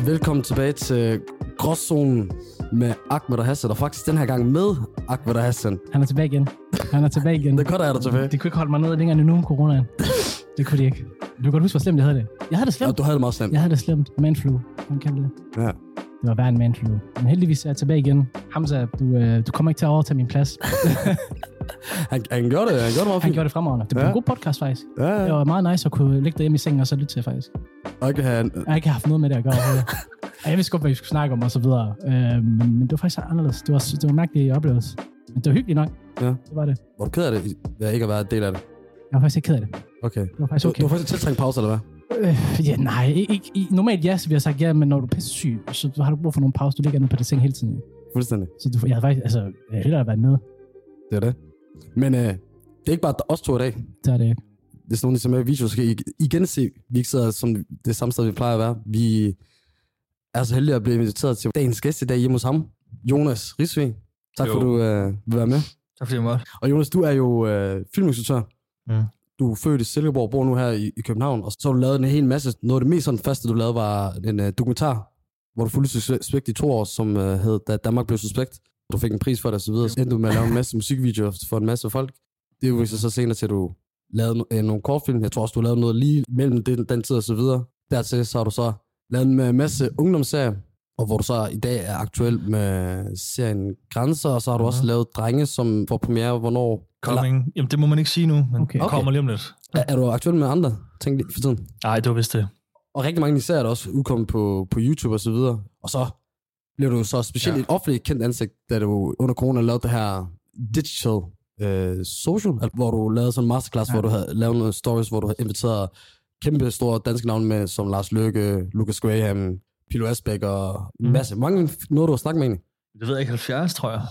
Velkommen tilbage til Gråzonen med Ahmed og Hassan, og faktisk den her gang med Ahmed og Hassan. Han er tilbage igen. Det er godt, at jeg er der tilbage. De kunne ikke holde mig ned længere endnu, coronaen. Det kunne de ikke. Du kan godt huske, hvor slemt jeg havde det. Jeg havde det slemt. Ja, du havde det meget slemt. Jeg havde det slemt. Manflu. Man kan det. Ja. Det var værre en manflu. Men heldigvis er jeg tilbage igen. Hamza, du kommer ikke til at overtage min plads. Han gjorde det meget fint. Han gjorde det fremragende. Det blev en god podcast, faktisk. Ja. Det var meget nice at kunne ligge derhjemme i sengen og så lytte til, faktisk. Og ikke have... Jeg har ikke haft noget med det at gøre overhovedet. Jeg vidste godt, hvad vi skulle snakke om og så videre. Men det var faktisk anderledes. Det var mærkeligt oplevelse. Men det var hyggeligt nok. Ja. Det var det. Var du ked af det, ved ikke at være en del af det? Jeg var faktisk ikke ked af det. Okay. Det var faktisk okay. Du var faktisk en tiltrængt pause, eller hvad? Ja, nej. Ikke, normalt ja, så vi har sagt ja, men når du er pisse syg, så har du brug for nogle pause. Du ligger nede på det seng hele tiden. Fuldstændig. Så jeg havde faktisk, jeg hellere været med. Det er det. Men det er ikke bare os to i dag. Det er det ikke. Hvis nogen som er i video, så skal I igen se, vi ikke sidder som det samme sted, vi plejer at være. Vi er så heldige at blive inviteret til dagens gæst i dag hjemme hos ham, Jonas Risvig. Tak for, at du vil være med. Tak fordi jeg måtte. Og Jonas, du er jo filminstruktør. Mm. Du er født i Silkeborg, bor nu her i København, og så har du lavet en hel masse. Noget af det mest sådan første, du lavede, var en dokumentar, hvor du fulgte suspekt i 2 år, som hed Da Danmark blev suspekt. Du fik en pris for det og så videre. Så endte du med at lave en masse musikvideoer for en masse folk. Det er jo så senere til, at du lavede nogle kortfilm. Jeg tror også, du lavede noget lige mellem den tid og så videre. Dertil så har du så lavet en masse ungdomsserier, og hvor du så i dag er aktuel med serien Grænser, og så har du også lavet Drenge, som får premiere, hvornår? Coming. Jamen, det må man ikke sige nu, men okay. Kommer lige om lidt. Er du aktuel med andre ting for tiden? Nej, det var vist det. Og rigtig mange serier er også udkommet på YouTube og så videre. Og så blev du så specielt et offentligt kendt ansigt, da du under corona lavede det her digital social, hvor du lavede sådan en masterclass, hvor du havde lavet nogle stories, hvor du havde inviteret kæmpe store danske navne med, som Lars Løkke, Lucas Graham, Pilo Asbæk og en masse. Mange noget, du har snakket med egentlig? Det ved jeg ikke, 70, tror jeg.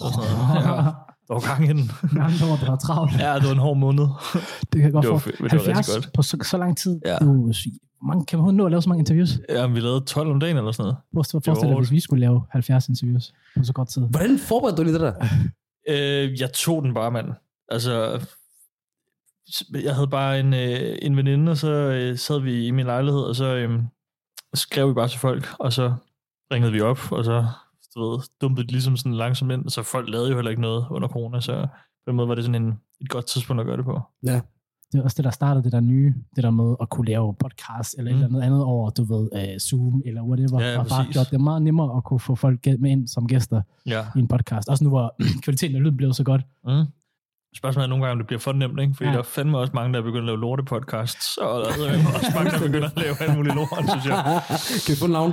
Der var gang i den. Mange år, det var travlt. Ja, det var en hård måned. Det kan jeg godt få. 70 godt. På så lang tid. Ja. Kan man nå at lave så mange interviews? Ja, vi lavede 12 om dagen eller sådan noget. Forestil dig, hvis vi skulle lave 70 interviews på så kort tid. Hvordan forberedte du lige det der? Jeg tog den bare, mand. Altså, jeg havde bare en veninde, og så sad vi i min lejlighed, og så skrev vi bare til folk, og så ringede vi op, og så dumpede det ligesom sådan langsomt ind, så folk lavede jo heller ikke noget under corona, så på den måde var det sådan et godt tidspunkt at gøre det på. Ja. Det er også det, der startede det der nye, det der med at kunne lave podcast eller et eller andet over, du ved, Zoom eller whatever, ja, og bare gjort det meget nemmere at kunne få folk med ind som gæster i en podcast. Også nu, hvor kvaliteten af lyd blev så godt. Spørgsmålet er nogle gange, om det bliver for nemt, ikke? Fordi der er fandme også mange, der er begyndt at lave lorte-podcasts, og der er også mange, der begynder at lave alt muligt lort, synes jeg. Kan vi få en navn?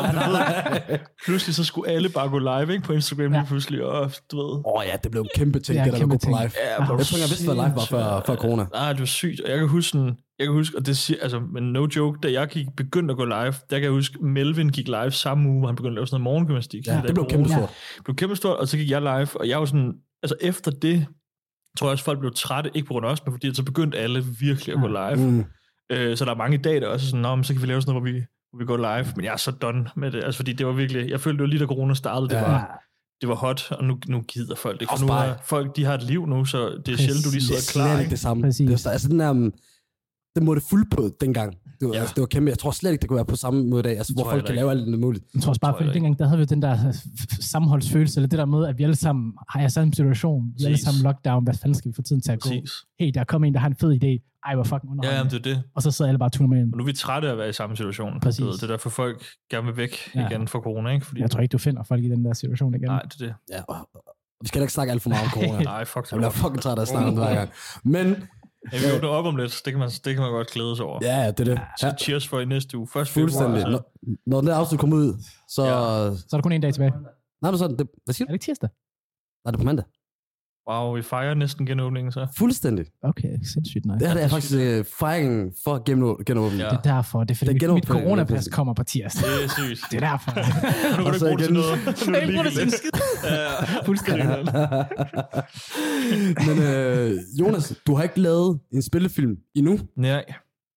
Pludselig så skulle alle bare gå live, ikke? På Instagram lige pludselig, og du ved. Ja, det blev en kæmpe ting, det der gå på live. Ja, jeg tror ikke, jeg vidste, hvad live var før corona. Nej, det var sygt, og jeg kan huske, og det siger, altså, men no joke, da jeg begyndte at gå live, der kan jeg huske, Melvin gik live samme uge, hvor han begyndte at lave sådan noget morgengymnastik. Ja, det blev kæmpestort. Det blev kæmpestort, og så gik jeg live, og jeg var sådan, altså efter det, tror jeg også, folk blev trætte, ikke på grund af os, men fordi så begyndte alle virkelig at gå live. Så der er mange i dag, der også er sådan, men så kan vi lave sådan noget, hvor vi går live, men jeg er så done med det, altså fordi det var virkelig, jeg følte det var lige da corona startede, det var hot, og nu gider folk det. For nu er folk, de har et liv nu, så det er sjældent, du lige sidder klar. Det er slet ikke det samme. Det var, altså den der, det må det fuldt på dengang. Det var kæmpe. Jeg tror slet ikke, det kunne være på samme måde i dag, altså, hvor folk kan lave alt det muligt. Jeg tror også bare, fordi dengang, der havde vi den der sammenholdsfølelse, eller det der med, at vi alle sammen har i samme situation. Vi alle sammen lockdown. Hvad fanden skal vi få tiden til at gå? Hey, der kom en, der har en fed idé. Ej, hvor fucking underholdende. Ja, det er det. Og så sidder alle bare tuner med ind. Og nu er vi trætte af at være i samme situation. Præcis. Det er derfor folk gerne vil væk igen fra corona, ikke? Fordi jeg tror ikke, du finder folk i den der situation igen. Nej, det er det. Ja, vi skal da ikke snakke alt for meget om corona. Nej, fuck. Jeg bliver fucking træt af at snakke om det hver gang. Men vi åbner op om lidt. Det kan man godt glæde sig over. Ja, det er det. Så cheers for i næste uge. Først fuldstændig. Når den der afsnit kommer ud, så er der kun en dag tilbage. Nej, men sådan, hvad siger du? Er det ikke tirsdag? Nej, det er på mandag. Wow, vi fejrer næsten genåbningen så. Fuldstændig. Okay, sindssygt nice. Det her er faktisk fejringen for genåbningen. Ja. Det er derfor. Det er fordi mit coronapas kommer på tirsdag. Det er sygt. Det er derfor. Nu kan du ikke bruge det til noget. Nu kan du ikke bruge det til en skid. Fuldstændig. Men Jonas, du har ikke lavet en spillefilm endnu. Nej.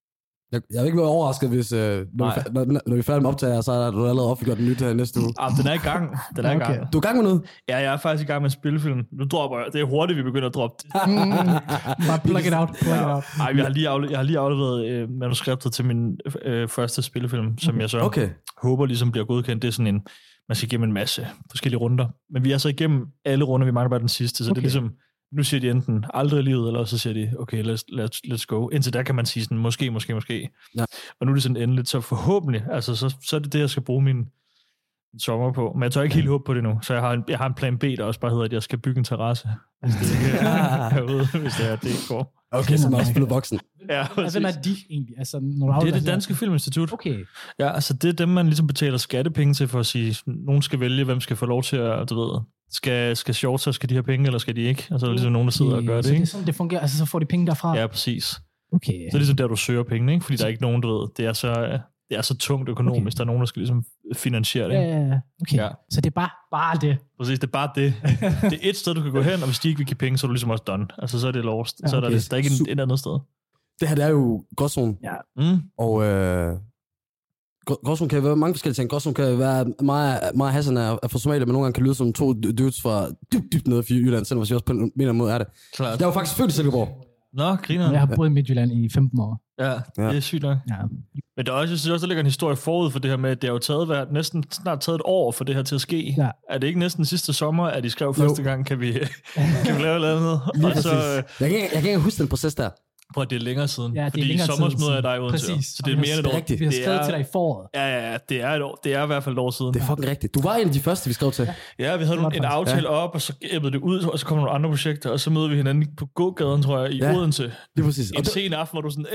Jeg vil ikke være overrasket, hvis når vi er færdige med optager, så er du allerede offentliggjort den nyt her næste uge. Den er i gang. Den er i gang. Du er i gang med noget? Ja, jeg er faktisk i gang med en spillefilm. Nu dropper jeg. Det er hurtigt, vi begynder at droppe det. Bare plug it out. Nej, jeg har lige afleveret manuskriptet til min første spillefilm, som jeg så håber ligesom bliver godkendt. Det er sådan en, man skal igennem en masse forskellige runder. Men vi er så igennem alle runder, vi mangler bare den sidste. Så det er ligesom, nu siger de enten aldrig i livet, eller så siger de, okay, let's go. Indtil der kan man sige sådan, måske. Ja. Og nu er det sådan endeligt, så forhåbentlig, altså så er det det, jeg skal bruge min sommer på. Men jeg tør ikke helt håbe på det nu, så jeg har en plan B, der også bare hedder, at jeg skal bygge en terrasse. Hvis det herude, hvis det ikke går. Okay, så man også spiller voksen. Ja, hvem er de egentlig? Altså, det er det Danske Filminstitut. Okay. Ja, altså det er dem, man ligesom betaler skattepenge til for at sige, nogen skal vælge, hvem skal få lov til at, du ved, skal shorts, skal de have penge, eller skal de ikke? Altså der er ligesom nogen, der sidder og gør det, så ikke? Det er sådan, det fungerer, altså så får de penge derfra? Ja, præcis. Okay. Så det er ligesom der, du søger penge, ikke? Fordi der er ikke nogen, du ved, det er så tungt økonomisk, der er nogen, der skal ligesom finansiere det. Ja. Okay. Ja. Så det er bare det. Præcis, det er bare det. Det er et sted, du kan gå hen, og hvis de ikke vil give penge, så er du ligesom også done. Altså så er det lost. Ja, okay. Så er der er ikke et andet sted. Det her, det er jo gråzone. Ja. Og gråzone kan være mange forskellige ting. Gråzone kan være meget Hassan er fra Somalia, men nogle gange kan lyde som 2 dudes fra dybt nede for Jylland, selvom jeg også på en mindre måde er det. Klart. Jeg var faktisk født i Silkeborg. Nå, griner. Jeg har boet i Midtjylland i 15 år. Ja, det er sygt nok. Ja. Men der er også, jeg synes også, der ligger en historie forud for det her med, at det har jo næsten snart taget et år for det her til at ske. Ja. Er det ikke næsten sidste sommer, at de skrev første gang, kan vi lave noget? Jeg kan ikke huske den proces der. Prøv at det er længere siden. Ja, fordi i sommer smed jeg dig uden til. Så det er mere end et år. Vi har skrevet til dig i foråret. Ja, det er et år. Det er i hvert fald et år siden. Det er fucking rigtigt. Du var en af de første, vi skrev til. Ja, vi havde en aftale op, og så æbbede det ud, og så kommer nogle andre projekter, og så møder vi hinanden på gågaden, tror jeg, i Odense. Det er præcis. En sen aften, hvor du sådan,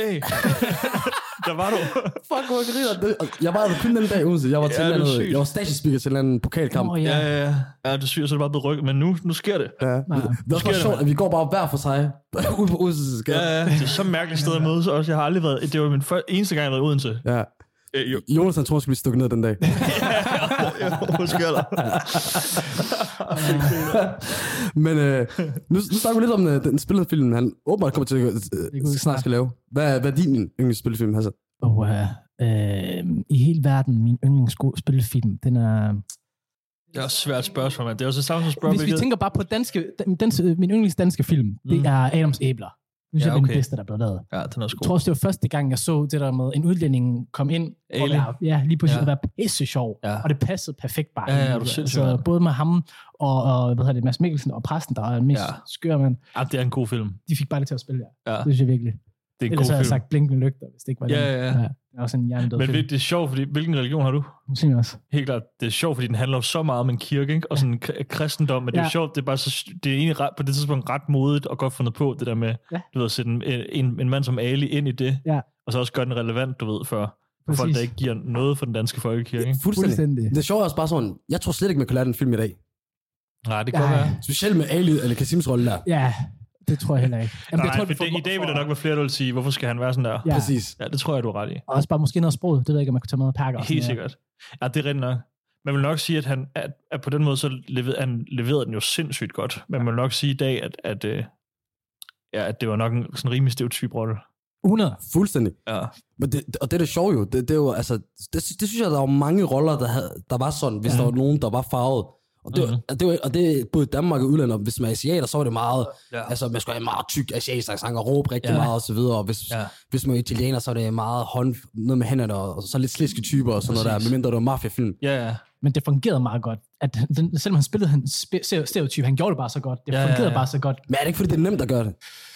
der var du. Fuck, hvor griner. Jeg var kun den dag i Odense. Jeg var stationsspeaker til en anden pokalkamp. Ja, det sygt, så er det bare blevet rykket, men nu sker det. Ja. Det er også sjovt, at vi går bare hver for sig ude på Odense. Ja, det er så mærkeligt sted at mødes også. Jeg har aldrig været, det var min eneste gang, jeg har været i Odense. Ja. Jonas, han tror, han skulle blive stukket ned den dag. Hvor sker der? Men nu snakker vi lidt om den spillede film, han åbenbart kommer til at snart skal lave. Hvad er din yndlingsspillefilm, Hassan? I hele verden, min yndlingsspillefilm, den er... Det er også svært spørgsmål, men det er også det samme som spørgsmål. Hvis vi tænker bare på min yndlingsdanske film, det er Adams Æbler. Nu synes jeg, det er den bedste, der er blevet lavet. Ja, den er også god. Jeg tror også, det var første gang, jeg så det der med, en udlænding kom ind og lige pludselig at være pisse sjov. Ja. Og det passede perfekt bare. Ja, du sindssygt. Så både med ham og Mads Mikkelsen og præsten, der er en mest skør mand. Ja, det er en god film. De fik bare det til at spille, ja. Det synes jeg virkelig. Det er en ellers god havde jeg film. sagt blinkende lygter, hvis det ikke var det. Ja. Det er også en hjernedød film. film. Det er sjovt, fordi hvilken religion har du? Muslim også. Helt klart. Det er sjovt, fordi den handler så meget om en kirke, ikke? Og sådan kristendom, men det er sjovt, det er bare det er egentlig på det tidspunkt ret modigt og godt fundet på, det der med, du ved, at sætte en mand som Ali ind i det, og så også gøre den relevant, du ved, for folk, der ikke giver noget for den danske folkekirke. Ikke? Fuldstændig. Det er sjovt også bare sådan, jeg tror slet ikke, man kan lade den film i dag. Nej, det kan være. Specielt med Ali eller Kasims rolle der. Ja. Det tror jeg heller ikke. Jamen, nej, i dag vil der nok være flere, der vil sige, hvorfor skal han være sådan der? Ja. Præcis. Ja, det tror jeg, du er ret i. Og også bare måske noget sprog. Det ved jeg ikke, om man kunne tage med pakker. Helt sikkert. Ja, det er rent nok. Man vil nok sige, at han at på den måde, så leverede den jo sindssygt godt. Men man vil nok sige i dag, at det var nok en sådan rimelig stereotyp rolle. 100. Fuldstændig. Ja. Men det er det sjove jo. Det er jo, altså, det synes jeg, der var mange roller, der var sådan, hvis der var nogen, der var farvet. Og det er både Danmark og udlandet. Hvis man er asiater, så var det meget, altså man skulle have meget tyk asiatisk accent og råbe rigtig meget og så videre. Og hvis man er italiener, så er det meget noget med hænderne og så lidt sliske typer og sådan noget der, medmindre det var mafiafilm. Ja. Men det fungerede meget godt. At selvom han spillede en stereotyp, han gjorde det bare så godt. Det fungerede bare så godt. Men er det ikke, fordi det er nemt at gøre det?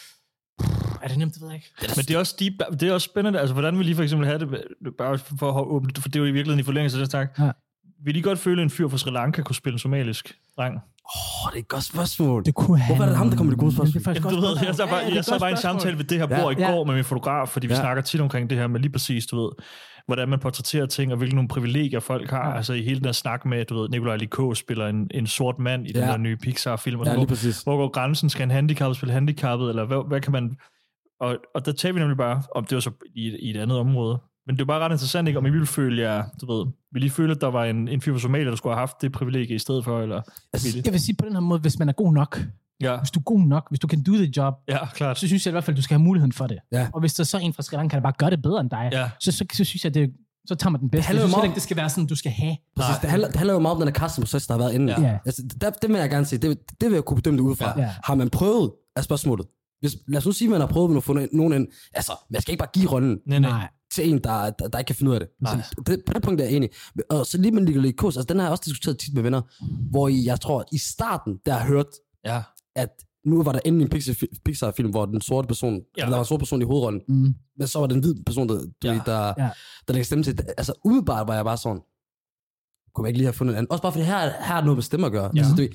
Er det nemt, det ved jeg ikke. Men det er også spændende, altså hvordan vi lige for eksempel have det, bare for at åbne, for det er jo i virkeligheden i forlængelse af det, tak. Ja. Vil I godt føle, en fyr fra Sri Lanka kunne spille en somalisk dreng? Det er et godt spørgsmål. Det kunne han. Hvorfor er det ham, der kommer det gode spørgsmål? Jeg så bare en samtale ved det her bord i går med min fotograf, fordi vi snakker tit omkring det her med lige præcis, du ved, hvordan man portrætterer ting, og hvilke nogle privilegier folk har. Altså i hele den her snak med, du ved, Nikolaj Likå spiller en sort mand i den der nye Pixar-film. Hvor går grænsen? Skal en handicappet spille handicappet? Eller hvad kan man... Og der tager vi nemlig bare, om det var så i et andet område. Men det er bare ret interessant, ikke? Om I ville føle vil I føle, at der var en fyr fra Somalia, der skulle have haft det privilegie i stedet for? Eller? Altså, jeg vil sige på den her måde, hvis man er god nok, Ja. Hvis du er god nok, hvis du kan do the job, klart. så synes jeg i hvert fald, du skal have muligheden for det. Ja. Og hvis der så en fra Sri Lanka, der bare gør det bedre end dig, så synes jeg, så tager man den bedste. Jeg synes ikke, det skal være sådan, du skal have. Præcis, det handler jo meget om den her casting-proces, der har været inden. Ja. Altså, det vil jeg gerne sige. Det vil jeg kunne bedømme det ud fra. Ja. Har man prøvet, er spørgsmålet. Lad os nu sige, at man har prøvet at få nogen ind. Altså, man skal ikke bare give rollen til en, der ikke kan finde ud af det. På det punkt er jeg enig. Og så lige med Nicolas Cage, altså den har jeg også diskuteret tit med venner, hvor jeg tror, i starten, der har hørt, at nu var der endelig en Pixar-film, hvor den sorte person, der var en sort person i hovedrollen, men så var den hvide person, der lægger stemme til. Altså umiddelbart var jeg bare sådan, kunne jeg ikke lige have fundet en anden. Også bare fordi her er noget med stemme at gøre. Ja. Altså,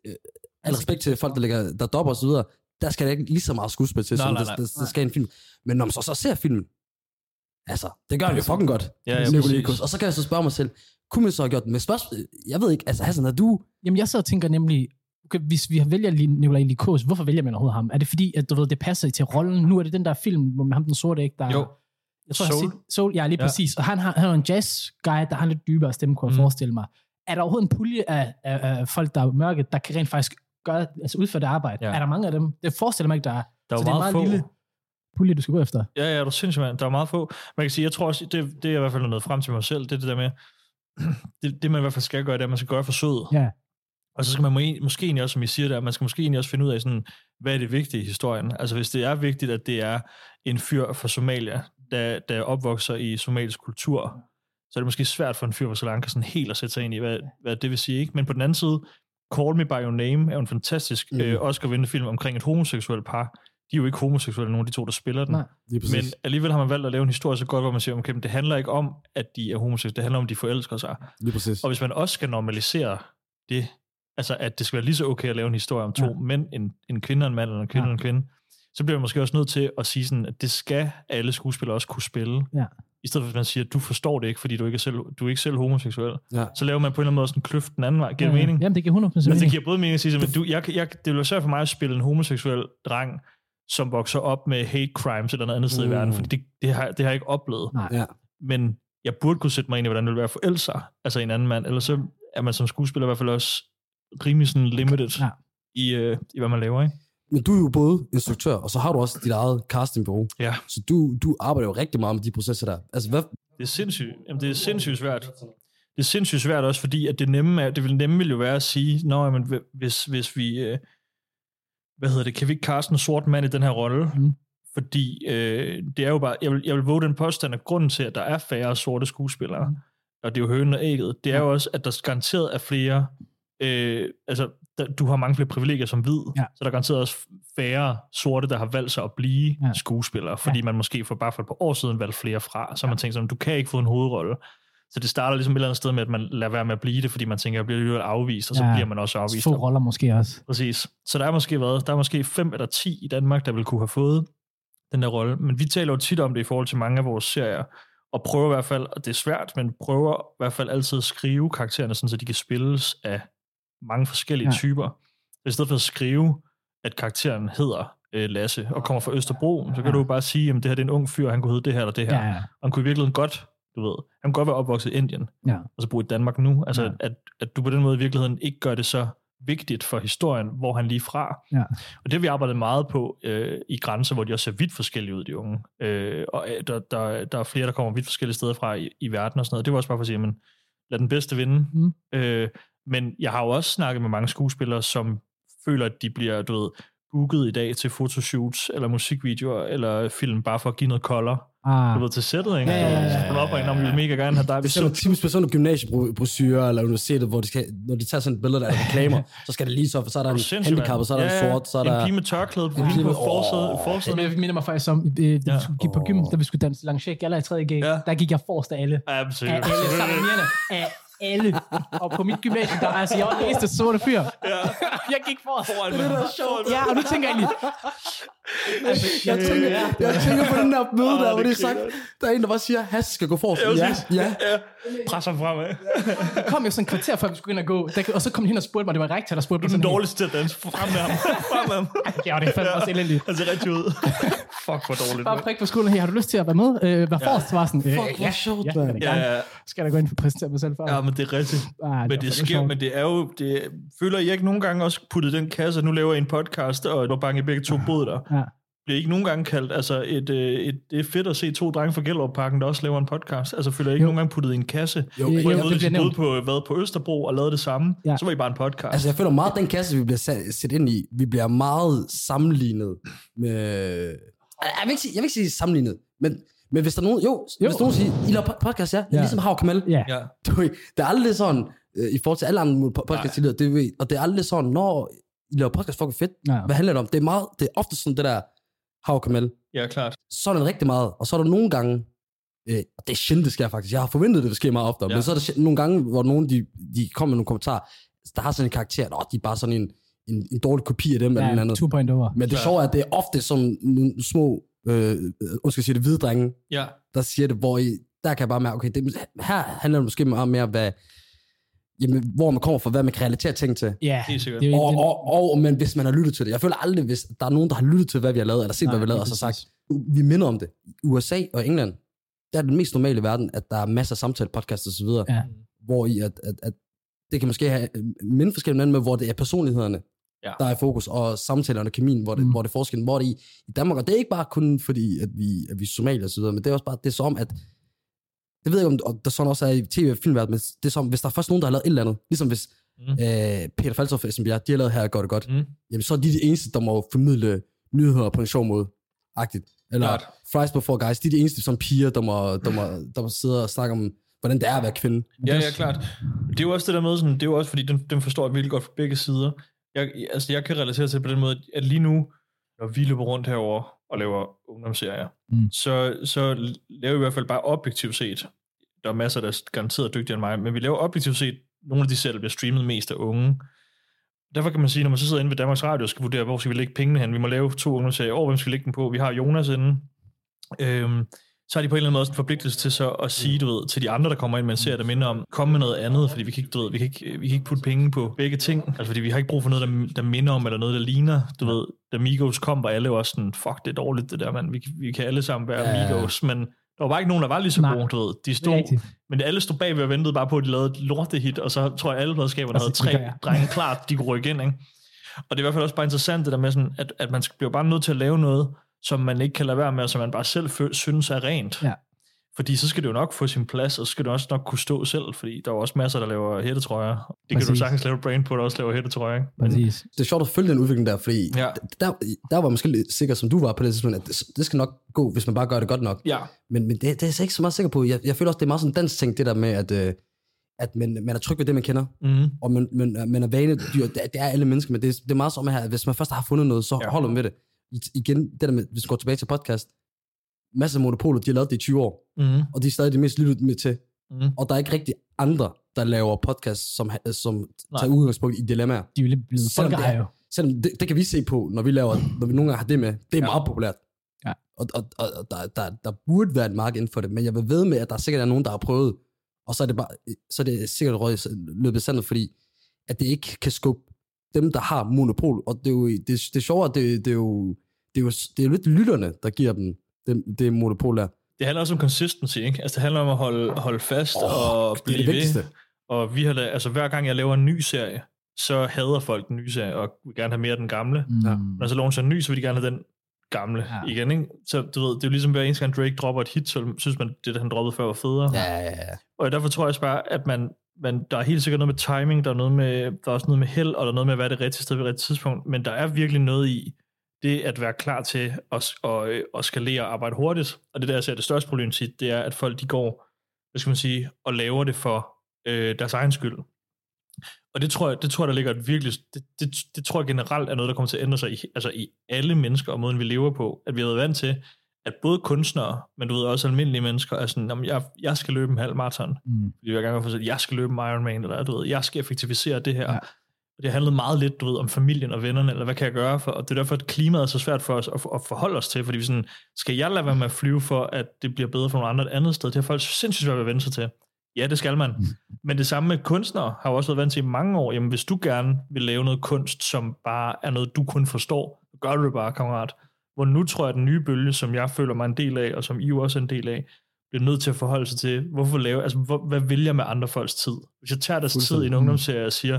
al respekt til folk, der dopper og så videre, der skal der ikke lige så meget skuespil til, som der skal en film. Men når man så ser filmen, altså, det gør han jo fucking godt. Og så kan jeg så spørge mig selv, kunne man så have gjort det med spørgsmål? Jeg ved ikke, altså Hassan, er du... Jamen, jeg sidder og tænker nemlig, okay, hvis vi vælger Nicolas Cage, hvorfor vælger man overhovedet ham? Er det fordi, at du ved, det passer til rollen? Nu er det den der film, hvor man ham den sorte, ikke? Der, jo. Jeg tror, Soul, ja, lige præcis. Og han er en jazz-guy, der har en lidt dybere stemme, kunne jeg forestille mig. Er der overhovedet en pulje af folk, der er mørke, der kan rent faktisk udføre det arbejde? Ja. Er der mange af dem? Det forestiller mig ikke, der er. Der er så det er meget meget lille pulje, du skal gå efter. Ja, du synes man, der er meget få. Man kan sige, jeg tror også, det er i hvert fald noget frem til mig selv, det der med, det man i hvert fald skal gøre, det er, at man skal gøre forsøget. Ja. Og så skal man måske egentlig også, som I siger der, man skal måske egentlig også finde ud af, sådan, hvad er det vigtige i historien. Altså hvis det er vigtigt, at det er en fyr fra Somalia, der opvokser i somalisk kultur, så er det måske svært for en fyr fra Sri Lanka sådan helt at sætte sig ind i, hvad det vil sige. Ikke? Men på den anden side, Call Me By Your Name er jo en fantastisk Oscar-vindende film omkring et homoseksuelt par. De er jo ikke homoseksuelle, nogen af de to, der spiller den. Nej, men alligevel har man valgt at lave en historie så godt, hvor man siger, okay, det handler ikke om, at de er homoseksuelle, det handler om, at de forelsker sig. Og hvis man også skal normalisere det, altså at det skal være lige så okay at lave en historie om to mænd, en kvinde og en mand, eller en kvinde og en kvinde, så bliver man måske også nødt til at sige sådan, at det skal alle skuespillere også kunne spille. Ja. I stedet for, at man siger, at du forstår det ikke, fordi du er ikke selv homoseksuel. Ja. Så laver man på en eller anden måde sådan en kløft den anden vej. Giver det mening? Jamen, det giver 100% mening. Altså, det giver både mening at sige, at det vil være svært for mig at spille en homoseksuel dreng, som vokser op med hate crimes eller noget andet sted i verden, fordi det har jeg ikke oplevet. Ja. Men jeg burde kunne sætte mig ind i, hvordan det vil være for Elsa, altså en anden mand, ellers så er man som skuespiller i hvert fald også rimelig sådan limited i hvad man laver, ikke? Men du er jo både instruktør, og så har du også dit eget castingbureau. Ja. Så du arbejder jo rigtig meget med de processer der. Altså, hvad? Det er sindssygt. Jamen, det er sindssygt svært. Det er sindssygt svært også, fordi at det nemme vil jo være at sige, men hvis vi, kan vi ikke caste en sort mand i den her rolle? Fordi det er jo bare, jeg vil våge den påstand, at grunden til, at der er færre sorte skuespillere, og det er jo hønen og ægget, det er jo også, at der garanteret er flere, du har mange flere privilegier som hvid, så der er garanteret også færre sorte, der har valgt sig at blive skuespillere, fordi man måske for et par år siden valgte flere fra, så man tænker sådan, du kan ikke få en hovedrolle. Så det starter ligesom et eller andet sted med, at man lader være med at blive det, fordi man tænker, at jeg bliver jo afvist, og så bliver man også afvist. 2 roller måske også. Præcis. Så der er måske 5 eller 10 i Danmark, der vil kunne have fået den der rolle. Men vi taler jo tit om det i forhold til mange af vores serier, og prøver i hvert fald, og det er svært, men prøver i hvert fald altid at skrive karaktererne, sådan, så de kan spilles af mange forskellige typer. I stedet for at skrive, at karakteren hedder Lasse, og kommer fra Østerbro, så kan du jo bare sige, at det her det er en ung fyr, han kunne hedde det her eller det her. Og han kunne i virkeligheden godt, han kunne godt være opvokset i Indien, og så bo i Danmark nu. Altså, at du på den måde i virkeligheden ikke gør det så vigtigt for historien, hvor han lige fra. Og det har vi arbejdet meget på i grænser, hvor de også ser vidt forskellige ud, de unge. Og der er flere, der kommer vidt forskellige steder fra i verden og sådan noget. Det var også bare for at sige, men lad den bedste vinde. Men jeg har jo også snakket med mange skuespillere, som føler, at de bliver, booket i dag til fotoshoots, eller musikvideoer, eller film, bare for at give noget color. Til sættet, ikke? Så op og ind, om vi vil mega gerne have dig. Det er typisk sådan nogle gymnasiebrosyrer, eller universitetet, hvor når de tager sådan et billede, der er reklamer, så skal det lige så er der en handicap, så er der en sort, så er der... En pige med tørklæde på forsiden. Det minder mig faktisk om, da vi gik på gym, da vi skulle danse Lanchet Gala i 3.G, der gik jeg forrest af alle. Absolut. Af alle sammenlignende. Af alle. Og på mit gymnasium, jeg var den eneste sorte fyr. Jeg gik forrest. Det er sjovt. Ja, og nu tænker jeg lige... Jeg tænker på den der møde der, hvor det er sagt, der er en, der bare siger, Hasse skal gå forrest. Ja. Presser fremad. Der kom jo sådan en kvarter, før vi skulle ind og gå, og så kom de hen og spurgte mig, det var rektor, der spurgte mig sådan... Du er den dårligste til at danse. Frem med ham. Ja, det er fandme også elendigt. Han ser rigtig ud. Fuck, hvor dårligt. Bare prik på skolen, hey, har du lyst til at være med? Hvad forrest var sådan? Fuck, hvor sjovt, mand. Skal der gå ind for at præsentere mig selv for? Ja, men det er rigtigt. Men det er skævt, men det er jo... Føler I ikke nogle gange også også puttet den kasse, at nu laver jeg en podcast, og var bange begge to boede der. Ja. Bliver ikke nogen gange kaldt, altså det er fedt at se 2 drenge fra Gellerup-parken, der også laver en podcast. Altså føler jeg ikke nogen gange puttet i en kasse. Hvis I boede på Østerbro og lavede det samme, så var I bare en podcast. Altså jeg føler meget, den kasse, vi bliver sat ind i, vi bliver meget sammenlignet med... Jeg vil ikke sige sammenlignet, men hvis der er nogen... Hvis nogen siger, I laver podcast, ligesom Hav Kamal. Ja. Det er aldrig sådan, i forhold til alle andre podcasts, og det er aldrig sådan, når I laver podcast, fucking fedt. Hvad handler det om? Det er ofte sådan det der, Hav Kamal. Ja, klart. Så er det rigtig meget, og så er der nogle gange, og det er sjældent, det sker faktisk, jeg har forventet, det sker meget ofte, men så er der nogle gange, hvor nogen, de kommer med nogle kommentarer, der har sådan en karakter, de er bare sådan en dårlig kopi af dem, eller noget andet. Men det sjove er, at det er ofte som nogle små, sige det, hvide drenge, der siger det, der kan jeg bare mærke, okay, her handler det måske meget mere, hvor man kommer fra, hvad man kan relatere ting til. Ja, det er sikkert. Men hvis man har lyttet til det. Jeg føler aldrig, hvis der er nogen, der har lyttet til, hvad vi har lavet, eller set, hvad vi har lavet, og så sagt, vi minder om det. USA og England, det er den mest normale i verden, at der er masser af samtale-podcasts og så videre, hvor i at det kan måske have mindre forskellige med, hvor det er personlighederne, der er i fokus, og samtalerne og kemien, hvor det er forskellen, hvor det i Danmark, og det er ikke bare kun fordi, at vi er somalier og så videre, men det er også bare, det er som, at det ved jeg ikke, om der sådan også er i tv- og filmverden, men det er som, hvis der er først nogen, der har lavet et eller andet, ligesom hvis Peter Faltoft og Esbjerg, de har lavet her godt, jamen så er de eneste, der må formidle nyheder på en sjov måde, agtigt. Eller Fries Before Guys, de er de eneste som piger, der må sidde og snakke om, hvordan det er at være kvinde. Ja, klart. Det er jo også det der med, sådan, det er jo også fordi, den forstår jeg virkelig godt fra begge sider. Jeg kan relatere til på den måde, at lige nu, når vi løber rundt herover og laver ungdomsserier, så laver vi i hvert fald bare objektivt set. Der er masser, der er garanteret dygtigere end mig, men vi laver objektivt set nogle af de serier, der bliver streamet mest af unge. Derfor kan man sige, når man så sidder inde ved Danmarks Radio og skal vurdere, hvor skal vi lægge pengene hen, vi må lave 2 ungdomsserier over, hvem skal vi lægge dem på? Vi har Jonas inde. Så har de på en eller anden måde også en forpligtelse til så at sige, du ved, til de andre, der kommer ind med en serie, der minder om, kom med noget andet, fordi vi kan ikke putte penge på begge ting, altså fordi vi har ikke brug for noget, der minder om, eller noget, der ligner, du ved, da Migos kom, var alle jo også sådan, fuck, det er dårligt det der, mand, vi kan alle sammen være Migos, men der var bare ikke nogen, der var lige så gode, du ved, de stod, men alle stod bagved og ventede bare på, at de lavede et lortehit, og så tror jeg, alle pladskaberne havde 3 drenge klart, de kunne rykke ind, ikke? Og det er i hvert fald også bare interessant, det der med sådan, at man bliver bare nødt til at lave noget, som man ikke kan lade være med, og som man bare selv synes er rent. Ja. Fordi så skal det jo nok få sin plads, og så skal det også nok kunne stå selv, fordi der er også masser, der laver hættetrøjer. Det kan du sagtens lave brain på, der også laver hættetrøjer, ikke? Det er sjovt at følge den udvikling der, fordi der var måske lidt sikker, som du var på det tidspunkt, at det skal nok gå, hvis man bare gør det godt nok. Ja. Men det er jeg ikke så meget sikker på. Jeg føler også, det er meget sådan en dansk ting, det der med, at man er tryg ved det, man kender, og man er vanedyr. Det er alle mennesker, men det er meget som her, at hvis man først har fundet noget, så holder man med det. Igen, det der med, hvis vi går tilbage til podcast, masser af monopoler, de har lavet det i 20 år, og de er stadig de mest lyttet med til. Og der er ikke rigtig andre, der laver podcast, som tager udgangspunkt i dilemmaer. De er jo blevet folkeejer. Selvom det kan vi se på, når vi nogle gange har det med. Det er meget populært. Ja. Og der burde være et marked inden for det, men jeg vil ved med, at der sikkert er nogen, der har prøvet, og så er det sikkert løbet sandet, fordi at det ikke kan skubbe dem, der har monopol. Og det er jo det sjove, det er jo lidt lytterne, der giver dem det monopol der. Det handler også om consistency, ikke? Altså det handler om at holde fast og blive ved. Og vi har altså hver gang jeg laver en ny serie, så hader folk den nye serie, og vil gerne have mere af den gamle. Når så laver en ny, så vil de gerne have den gamle igen, ikke? Så du ved, det er jo ligesom hver eneste gang Drake dropper et hit, så synes man, det han droppede før var federe. Ja. Og derfor tror jeg også bare, at man der er helt sikkert noget med timing, der er også noget med held, og der er noget med at være det rigtige sted ved det rigtige tidspunkt, men der er virkelig noget i det at være klar til at skalere og arbejde hurtigt. Og det der, jeg ser det største problem tit, det er, at folk de går, hvad skal man sige, og laver det for deres egen skyld. Og det tror jeg, der ligger et virkelig, det tror jeg generelt er noget, der kommer til at ændre sig i alle mennesker og måden, vi lever på. At vi har været vant til, at både kunstnere, men du ved også almindelige mennesker, er sådan, jeg skal løbe en halv maraton. Fordi jeg gerne vil at jeg skal løbe en Ironman, eller du ved, jeg skal effektivisere det her. Ja. Og det handlede meget lidt, du ved, om familien og vennerne, eller hvad kan jeg gøre for, og det er derfor, at klimaet er så svært for os at forholde os til, fordi vi sådan, skal jeg lade være med at flyve for, at det bliver bedre for nogle andre et andet sted? Det har folk sindssygt svært ved at vende sig til. Ja, det skal man. Men det samme med kunstnere har jo også været vant til i mange år. Jamen, hvis du gerne vil lave noget kunst, som bare er noget, du kun forstår, gør det bare, kammerat. Hvor nu tror jeg, at den nye bølge, som jeg føler mig en del af, og som I jo også er en del af, bliver nødt til at forholde sig til, hvad vil jeg med andre folks tid? Hvis jeg tager deres tid i en ungdomsserie og siger,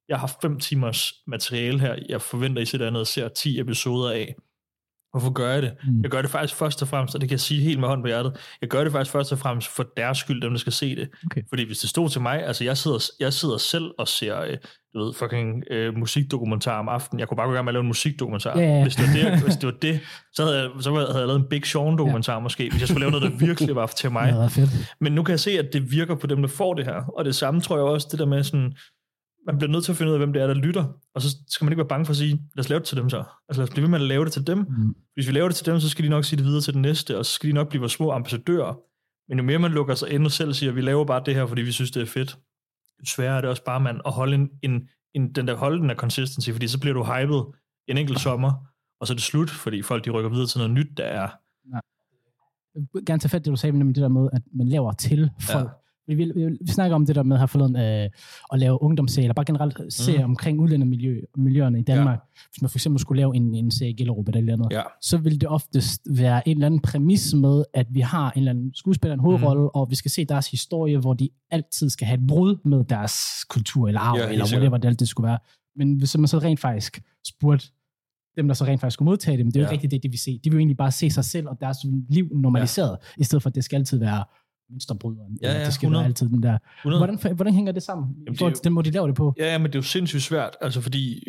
jeg har 5 timers materiale her, jeg forventer, I sætter andet og ser 10 episoder af. Hvorfor gør jeg det? Jeg gør det faktisk først og fremmest, og det kan jeg sige helt med hånden på hjertet, jeg gør det faktisk først og fremmest for deres skyld, dem der skal se det. Okay. Fordi hvis det stod til mig, altså jeg sidder selv og ser, du ved, fucking musikdokumentar om aftenen. Jeg kunne bare gå i gang med at lave en musikdokumentar. Yeah. Hvis det var det, så havde jeg lavet en Big Sean dokumentar måske, hvis jeg skulle lave noget, der virkelig var til mig. Ja, fedt. Men nu kan jeg se, at det virker på dem, der får det her. Og det samme tror jeg også, det der med sådan, man bliver nødt til at finde ud af, hvem det er, der lytter. Og så skal man ikke være bange for at sige, lad os lave det til dem så. Altså lad os blive ved med at lave det til dem. Hvis vi laver det til dem, så skal de nok sige det videre til den næste, og så skal de nok blive vores små ambassadører. Men jo mere man lukker sig ind og selv siger, vi laver bare det her, fordi vi synes, det er fedt, jo sværere er det også bare, man at holde den der consistency, fordi så bliver du hyped en enkelt sommer, og så er det slut, fordi folk de rykker videre til noget nyt, der er. Ja. Gerne tage fat det, du sagde med det der med, at man laver til folk. Ja. Vi snakker om det der med her forleden at lave ungdomsserier, bare generelt serier omkring udlændingermiljøerne i Danmark. Ja. Hvis man for eksempel skulle lave en serie i Gellerup eller et eller andet, så vil det oftest være en eller anden præmis med, at vi har en eller anden skuespiller, en hovedrolle, og vi skal se deres historie, hvor de altid skal have et brud med deres kultur eller arv, eller whatever det altid skulle være. Men hvis man så rent faktisk spurgte dem, der så rent faktisk skulle modtage dem, det er jo ikke rigtigt det, de vil se. De vil jo egentlig bare se sig selv og deres liv normaliseret, i stedet for at det skal altid være mønsterbryderen. Det skal 100. Være altid den der. Hvordan hænger det sammen? Jamen, det er jo, den måde, de laver det på? Ja, men det er jo sindssygt svært, altså fordi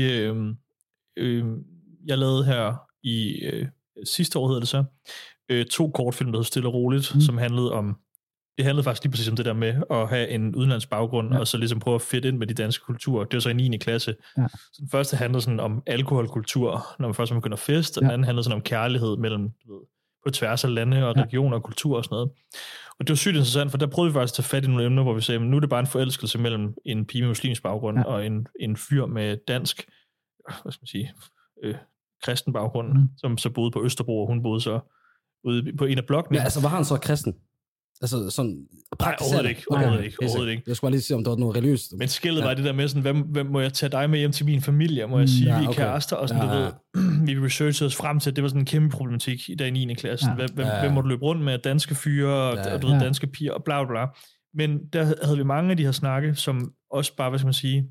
jeg lavede her i sidste år, hedder det så, 2 kortfilm, der hed Stille og Roligt, som handlede om, det handlede faktisk lige præcis om det der med at have en udenlandsk baggrund, og så ligesom prøve at fitte ind med de danske kulturer. Det var så i 9. klasse. Ja. Så den første handlede sådan om alkoholkultur, når man først begynder at feste, og den anden handlede sådan om kærlighed mellem, du ved, på tværs af lande og regioner og kultur og sådan noget. Og det var sygt interessant, for der prøvede vi faktisk at tage fat i nogle emner, hvor vi sagde, nu er det bare en forelskelse mellem en pige med muslimsk baggrund og en fyr med dansk, hvad skal man sige, kristen baggrund, som så boede på Østerbro, og hun boede så ude på en af blokkene. Ja, altså var han så kristen? Altså sådan... Nej, overhovedet ikke. Jeg skulle bare lige se, om der var noget religiøst. Men skillet var det der med sådan, hvem må jeg tage dig med hjem til min familie? Må jeg sige, vi er kærester? Og sådan, du ved, vi researchede os frem til, at det var sådan en kæmpe problematik i dag i 9. klasse. Hvem må du løbe rundt med? Danske fyre, og du ved, danske piger, og bla bla. Men der havde vi mange af de her snakke, som også bare, hvad skal man sige,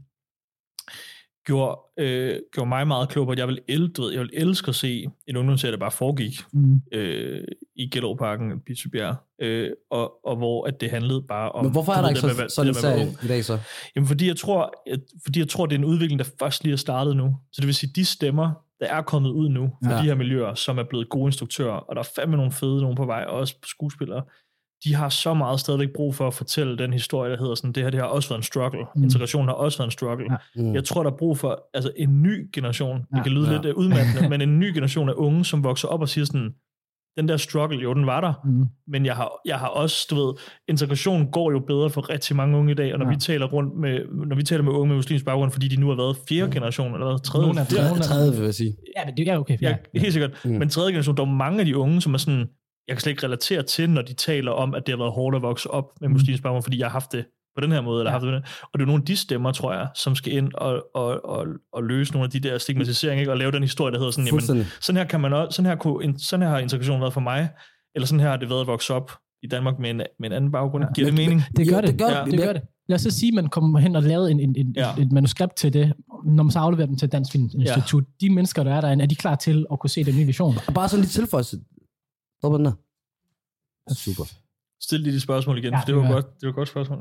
gjorde mig meget klog på, at jeg vil elske at se en ungdomsserie, der bare foregik i Gellerupparken, Bispebjerg, og hvor at det handlede bare om... Men hvorfor er der ikke sådan en serie i dag så? Jamen fordi jeg tror, det er en udvikling, der først lige er startet nu. Så det vil sige, de stemmer, der er kommet ud nu fra de her miljøer, som er blevet gode instruktører, og der er fandme nogle fede nogen på vej, og også skuespillere, de har så meget stadigvæk brug for at fortælle den historie, der hedder sådan, det har også været en struggle. Integrationen har også været en struggle. Jeg tror, der er brug for altså en ny generation, det kan lyde lidt udmattende, men en ny generation af unge, som vokser op og siger sådan, den der struggle, jo, den var der, men jeg har også, du ved, integration går jo bedre for rigtig mange unge i dag, og når vi taler med unge med muslimsk baggrund, fordi de nu har været 4. generation, eller hvad, 3. vil jeg sige. Ja, men det er okay. Ja, helt sikkert. Men 3. generation, der er mange af de unge, som er sådan, jeg kan slet ikke relatere til, når de taler om, at det har været hårdt at vokse op med muslimsk baggrund, fordi jeg har haft det på den her måde, eller haft det. Og det er nogle af de stemmer, tror jeg, som skal ind og løse nogle af de der stigmatiseringer, ikke? Og lave den historie, der hedder sådan, jamen, sådan her har integration været for mig, eller sådan her har det været at vokse op i Danmark med en anden baggrund. Giver det mening? Det gør det. Lad os så sige, at man kommer hen og laver et manuskript til det, når man så afleverer dem til Dansk Filminstitut. De mennesker, der er derinde, er de klar til at kunne se den nye vision? Og bare sådan lidt tilføjelse. Stop den der. Super. Stil lige de spørgsmål igen, for det var et godt spørgsmål.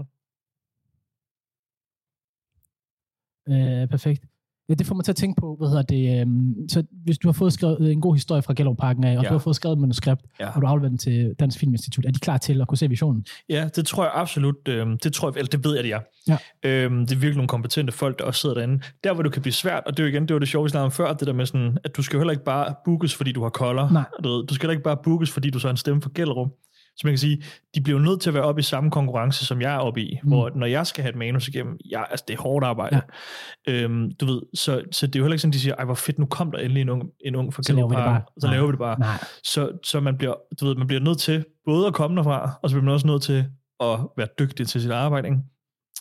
Perfekt. Ja, det får mig til at tænke på, så hvis du har fået skrevet en god historie fra Gellerupparken af, og du har fået skrevet et manuskript, og du afleverer den til Dansk Filminstitut, er de klar til at kunne se visionen? Ja, det tror jeg absolut. Det ved jeg, det er. Ja. Det er virkelig nogle kompetente folk, der også sidder derinde. Der, hvor du kan blive svært, og det var det sjove, vi snakkede om før, det der med sådan, at du skal jo heller ikke bare bookes, fordi du har kolder. Du skal heller ikke bare bookes, fordi du så har en stemme for Gellerup. Så man kan sige, de bliver jo nødt til at være oppe i samme konkurrence, som jeg er oppe i, hvor når jeg skal have et manus igennem, altså det er hårdt arbejde. Ja. Du ved, så det er jo heller ikke sådan, de siger, ej hvor fedt, nu kom der endelig en ung fra Gellerup, så laver vi det bare. Så man bliver nødt til både at komme derfra, og så bliver man også nødt til at være dygtig til sit arbejde.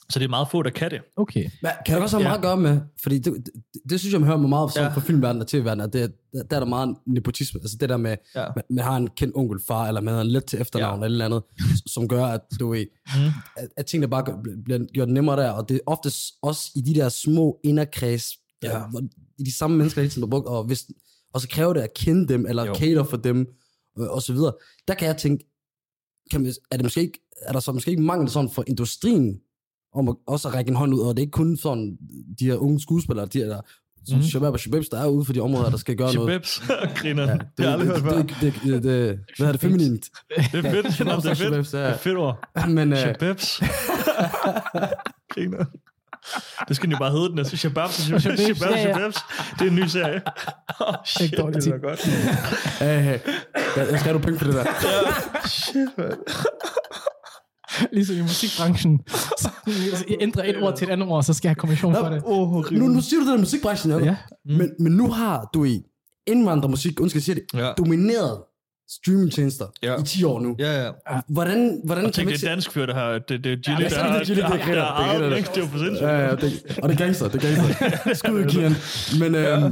Så det er meget få, der kan det. Okay. Men kan det også have meget at gøre med, fordi det synes jeg, man hører mig meget fra filmverdenen og tv-verdenen, at der er der meget nepotisme, altså det der med, man har en kendt onkel, far, eller man har en let til efternavn, eller andet, som gør, at du ved, at tingene bare bliver gjort nemmere der, og det er oftest også i de der små inderkreds, i de samme mennesker hele tiden, der brugt, og så kræver det at kende dem, eller cater for dem, og så videre. Der kan jeg tænke, er der så måske ikke mangel sådan for industrien, om også at række en hånd ud, og det er ikke kun sådan de her unge skuespillere, de her som Shabab og Shababs, der er ude for de områder, der skal gøre noget. Shababs, griner. Det har jeg aldrig hørt før. Hvad er det feminint? Det er fedt. Det er fedt ord. Shababs. Griner. Det skal den jo bare hedde den. Shababs. Det er en ny serie. Shit, det er godt. Jeg skal have penge for det der. Shit, man. Ligesom i musikbranchen. Så jeg ændrer et ord til et andet ord, så skal jeg have kommission for det. Nu siger du det der musikbranchen, ja. Men nu har du i indvandrermusik, undskyld sige det, domineret streamingtjenester i 10 år nu. Ja. Hvordan og tænk, det er dansk fyr, der har... Det er Gilly, der har... Det er jo for sindssygt. Og det er gangster. Skud i Kian. Men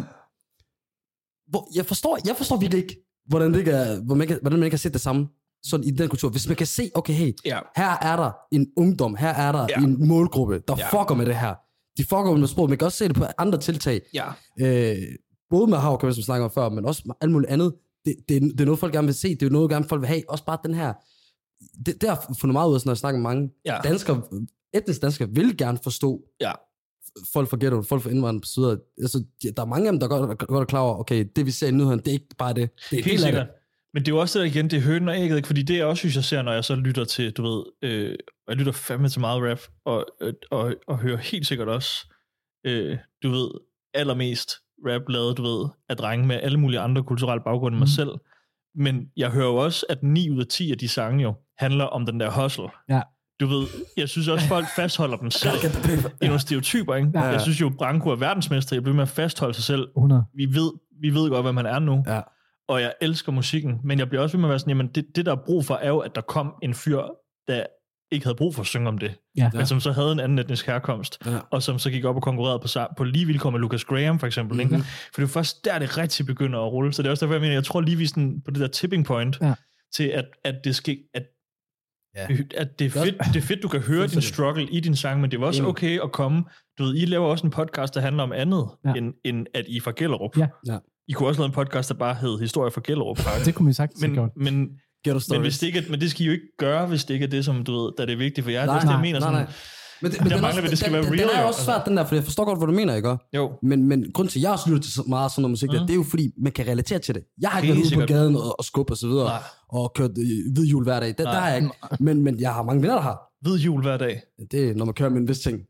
jeg forstår virkelig ikke, hvordan man ikke har set det samme sådan i den kultur. Hvis man kan se, okay, hey, her er der en ungdom, her er der en målgruppe, der fucker med det her. De fucker med sprog. Man kan også se det på andre tiltag. Både med Hav, kan man snakke om før, men også alt muligt andet. Det er noget, folk gerne vil se. Det er noget, folk vil have. Også bare den her... Det har fundet meget ud af, når jeg snakker med mange danskere, etniske danskere, vil gerne forstå folk fra ghetto, folk fra indvandrere på siden. Altså, der er mange af dem, der godt er klar over, okay, det vi ser i nyhederne, det er ikke bare det. Det er helt sikkert. Men det er jo også det der igen, det er hønen og ægget, ikke? Fordi det er også, synes jeg ser, når jeg så lytter til, du ved, jeg lytter fandme til meget rap, og hører helt sikkert også, du ved, allermest rap lavet, du ved, af drenge med alle mulige andre kulturelle baggrunde end mig selv. Men jeg hører jo også, at 9 ud af 10 af de sange jo handler om den der hustle. Ja. Du ved, jeg synes også, folk fastholder dem selv i nogle stereotyper, ikke? Ja. Jeg synes jo, Branko er verdensmester, jeg bliver med at fastholde sig selv. 100. Vi ved godt, hvad man er nu. Ja. Og jeg elsker musikken, men jeg bliver også ved med at være sådan, jamen det der er brug for, er jo, at der kom en fyr, der ikke havde brug for at synge om det, men som så havde en anden etnisk herkomst, og som så gik op og konkurrerede på lige vilkår med Lucas Graham, for eksempel. Ikke? For det er først der, det rigtig begynder at rulle. Så det er også derfor, jeg mener, jeg tror lige vi sådan på det der tipping point, til at det skal... At det er fedt, du kan høre din struggle i din sang, men det var også okay at komme... Du ved, I laver også en podcast, der handler om andet, end at I er fra Gellerup. Ja. I kunne også lave en podcast, der bare hed Historie fra Gellerup. Det kunne vi sagtens have gjort. Men hvis det ikke, men det skal I jo ikke gøre, hvis det ikke er det, som du ved, der er det vigtigt for jer. Det er det, jeg mener sådan. Men der mangler vi, det skal være real. Det er også svært, den der, for jeg forstår godt, hvad du mener, ikke? Jo. Men grunden til, at jeg også lytter til meget sådan noget musik, det er jo fordi, man kan relatere til det. Jeg har ikke været ude på gaden og skubbe og så videre, og kørt hvid jul hver dag. Det har jeg ikke. Men jeg har mange venner, der har. Hvid jul hver dag? Det er, når man kører med en vis ting.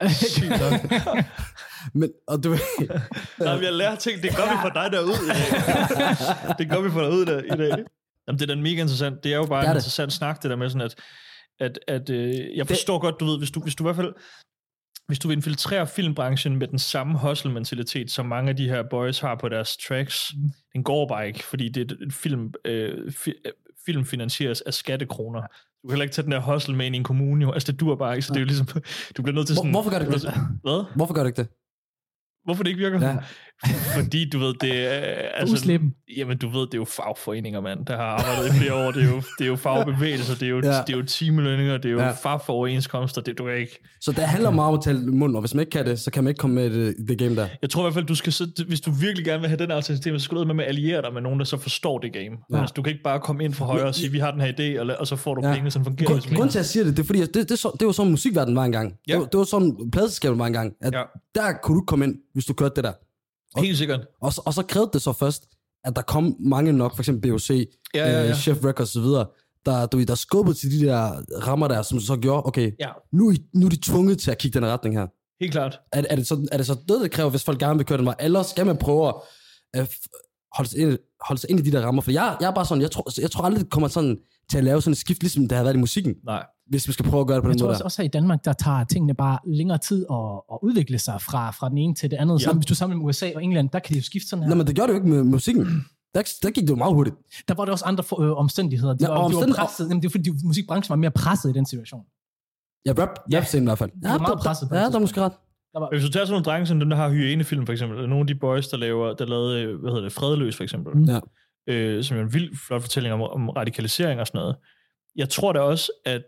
Men, og du nej, jeg lærer ting, det gør vi for dig derude i dag. Det gør vi for dig derude i dag. Jamen, det er da mega interessant. Det er jo bare en interessant snak, det der med sådan, at jeg forstår godt, du ved, hvis du i hvert fald, hvis du vil infiltrere filmbranchen med den samme hustle-mentalitet, som mange af de her boys har på deres tracks, den går bare ikke, fordi det er film finansieres af skattekroner. Du kan heller ikke tage den der hustle med ind i en kommune, jo. Altså, det dur bare ikke, så det er jo ligesom, du bliver nødt til sådan... Hvorfor gør det ikke det? Hvad? Hvorfor gør det ikke det? Hvorfor det ikke virker? Ja. Fordi, du ved, det er... Altså, jamen, du ved, det er jo fagforeninger, mand, der har arbejdet i flere år. Det er jo fagbevægelser, det er jo timelønninger, det er jo fagforeningskomster, det du ikke... Så det handler meget om at tale mund, og hvis man ikke kan det, så kan man ikke komme med det game der. Jeg tror i hvert fald, du skal hvis du virkelig gerne vil have den alternativ, så skal du ud med at alliere dig med nogen, der så forstår det game. Ja. Altså, du kan ikke bare komme ind fra højre og sige, vi har den her idé, og så får du penge, som fungerer. Grunden til, at jeg siger det er fordi, det var sådan musikverdenen var engang. Ja. Det var sådan pladselskabet var engang. At der kunne du komme ind, hvis du kørte det der. Helt sikkert. Og så krævede det så først, at der kom mange nok, for eksempel BOC, Chef Records og så videre, der skubbede til de der rammer der, som så gjorde, okay, nu er de tvunget til at kigge den retning her. Helt klart. Er det så det kræver, hvis folk gerne vil køre den vej, eller skal man prøve at holde sig ind i de der rammer? For jeg er bare sådan, jeg tror aldrig, det kommer sådan til at lave sådan et skift, ligesom det har været i musikken. Nej. Hvis vi skal prøve at gøre det på den måde. Jeg tror også her i Danmark, der tager tingene bare længere tid at udvikle sig fra den ene til det andet. Ja. Hvis du sammenligner med USA og England, der kan de jo skifte sådan her. Nej, men det gør det jo ikke med musikken. Der gik det jo meget hurtigt. Der var det også andre omstændigheder. De var presset. Jamen, det er fordi musikbranchen var mere presset i den situation. Ja, rap-scenen i hvert fald. Ja, meget presset. Ja, der er måske ret. Hvis du tager sådan nogle drenge, som dem, der har hyænefilm for eksempel, eller nogle af de boys, der lavede, Fredløs for eksempel, som er en vild flot fortælling om radikalisering og sådan noget. Jeg tror da også, at,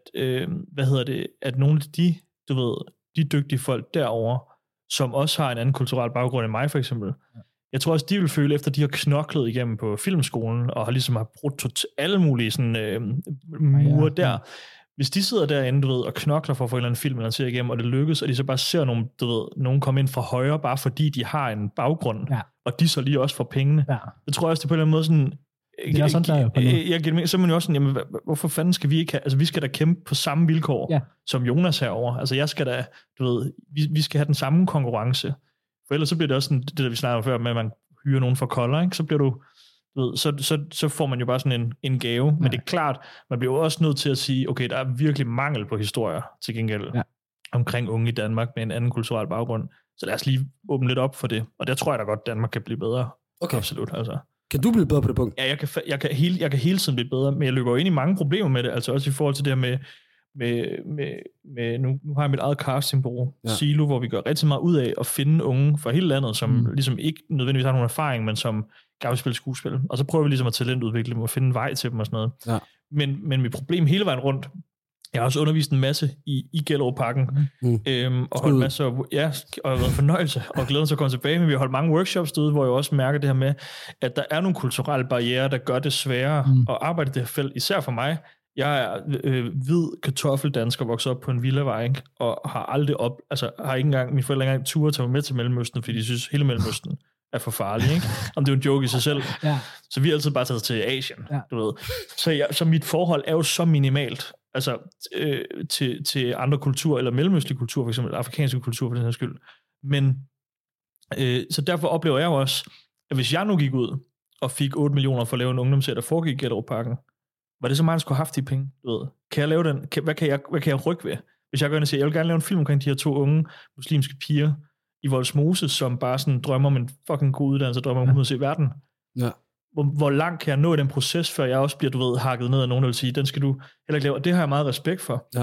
at nogle af de dygtige folk derovre, som også har en anden kulturel baggrund end mig for eksempel, jeg tror også, de vil føle, efter de har knoklet igennem på filmskolen, og har brudt alle mulige sådan, mure der. Hvis de sidder derinde, og knokler for at få en eller anden film eller en serie igennem, og det lykkes, og de så bare ser nogen komme ind fra højre, bare fordi de har en baggrund, og de så lige også får pengene. Det tror jeg også, det er på en eller anden måde sådan... Det er sådan, der så er man jo også sådan, jamen, hvorfor fanden skal vi ikke have... Altså, vi skal da kæmpe på samme vilkår, som Jonas herovre. Altså, jeg skal da... vi skal have den samme konkurrence. For ellers så bliver det også sådan, det der vi snakkede om før, med at man hyrer nogen for kolder, ikke? Så bliver du... Så får man jo bare sådan en gave. Men det er klart, man bliver jo også nødt til at sige, okay, der er virkelig mangel på historier til gengæld omkring unge i Danmark med en anden kulturel baggrund. Så lad os lige åbne lidt op for det. Og der tror jeg da godt, Danmark kan blive bedre. Okay. Absolut, altså. Kan du blive bedre på det punkt? Ja, jeg kan hele tiden blive bedre, men jeg løber jo ind i mange problemer med det, altså også i forhold til det her med nu har jeg mit eget castingbureau, Silo, hvor vi gør rigtig meget ud af at finde unge fra hele landet, som ligesom ikke nødvendigvis har nogen erfaring, men som gerne vil spille skuespil. Og så prøver vi ligesom at talentudvikle dem og finde en vej til dem og sådan noget. Ja. Men mit problem hele vejen rundt, jeg har også undervist en masse i Gellerupparken, og holdt masser og har været fornøjelse, og glæder mig til at komme tilbage, men vi har holdt mange workshops derude, hvor jeg også mærker det her med, at der er nogle kulturelle barrierer, der gør det sværere at arbejde i det her felt, især for mig. Jeg er hvid kartoffeldansker, vokset op på en villavej, ikke? Og har aldrig har ikke engang, mine forældre engang tur tage mig med til Mellemøsten, fordi de synes, hele Mellemøsten er for farlig, ikke? Om det er en joke i sig selv. Ja. Så vi har altid bare taget til Asien, du ved. Så mit forhold er jo så minimalt, altså til andre kulturer, eller mellemøstlige kulturer, for eksempel afrikanske kulturer for den her skyld. Men så derfor oplever jeg jo også, at hvis jeg nu gik ud og fik 8 millioner for at lave en ungdomsserie, der foregik i Gellerupparken, var det så meget, der skulle have haft de penge? Du ved? Kan jeg lave den? Hvad kan jeg rykke ved? Hvis jeg går ind og siger, jeg vil gerne lave en film omkring de her 2 unge muslimske piger i Vollsmose, som bare sådan drømmer om en fucking god uddannelse, drømmer om at se verden. Ja. Hvor langt kan jeg nå i den proces, før jeg også bliver, hakket ned af nogen, der vil sige, den skal du heller ikke lave. Og det har jeg meget respekt for. Ja.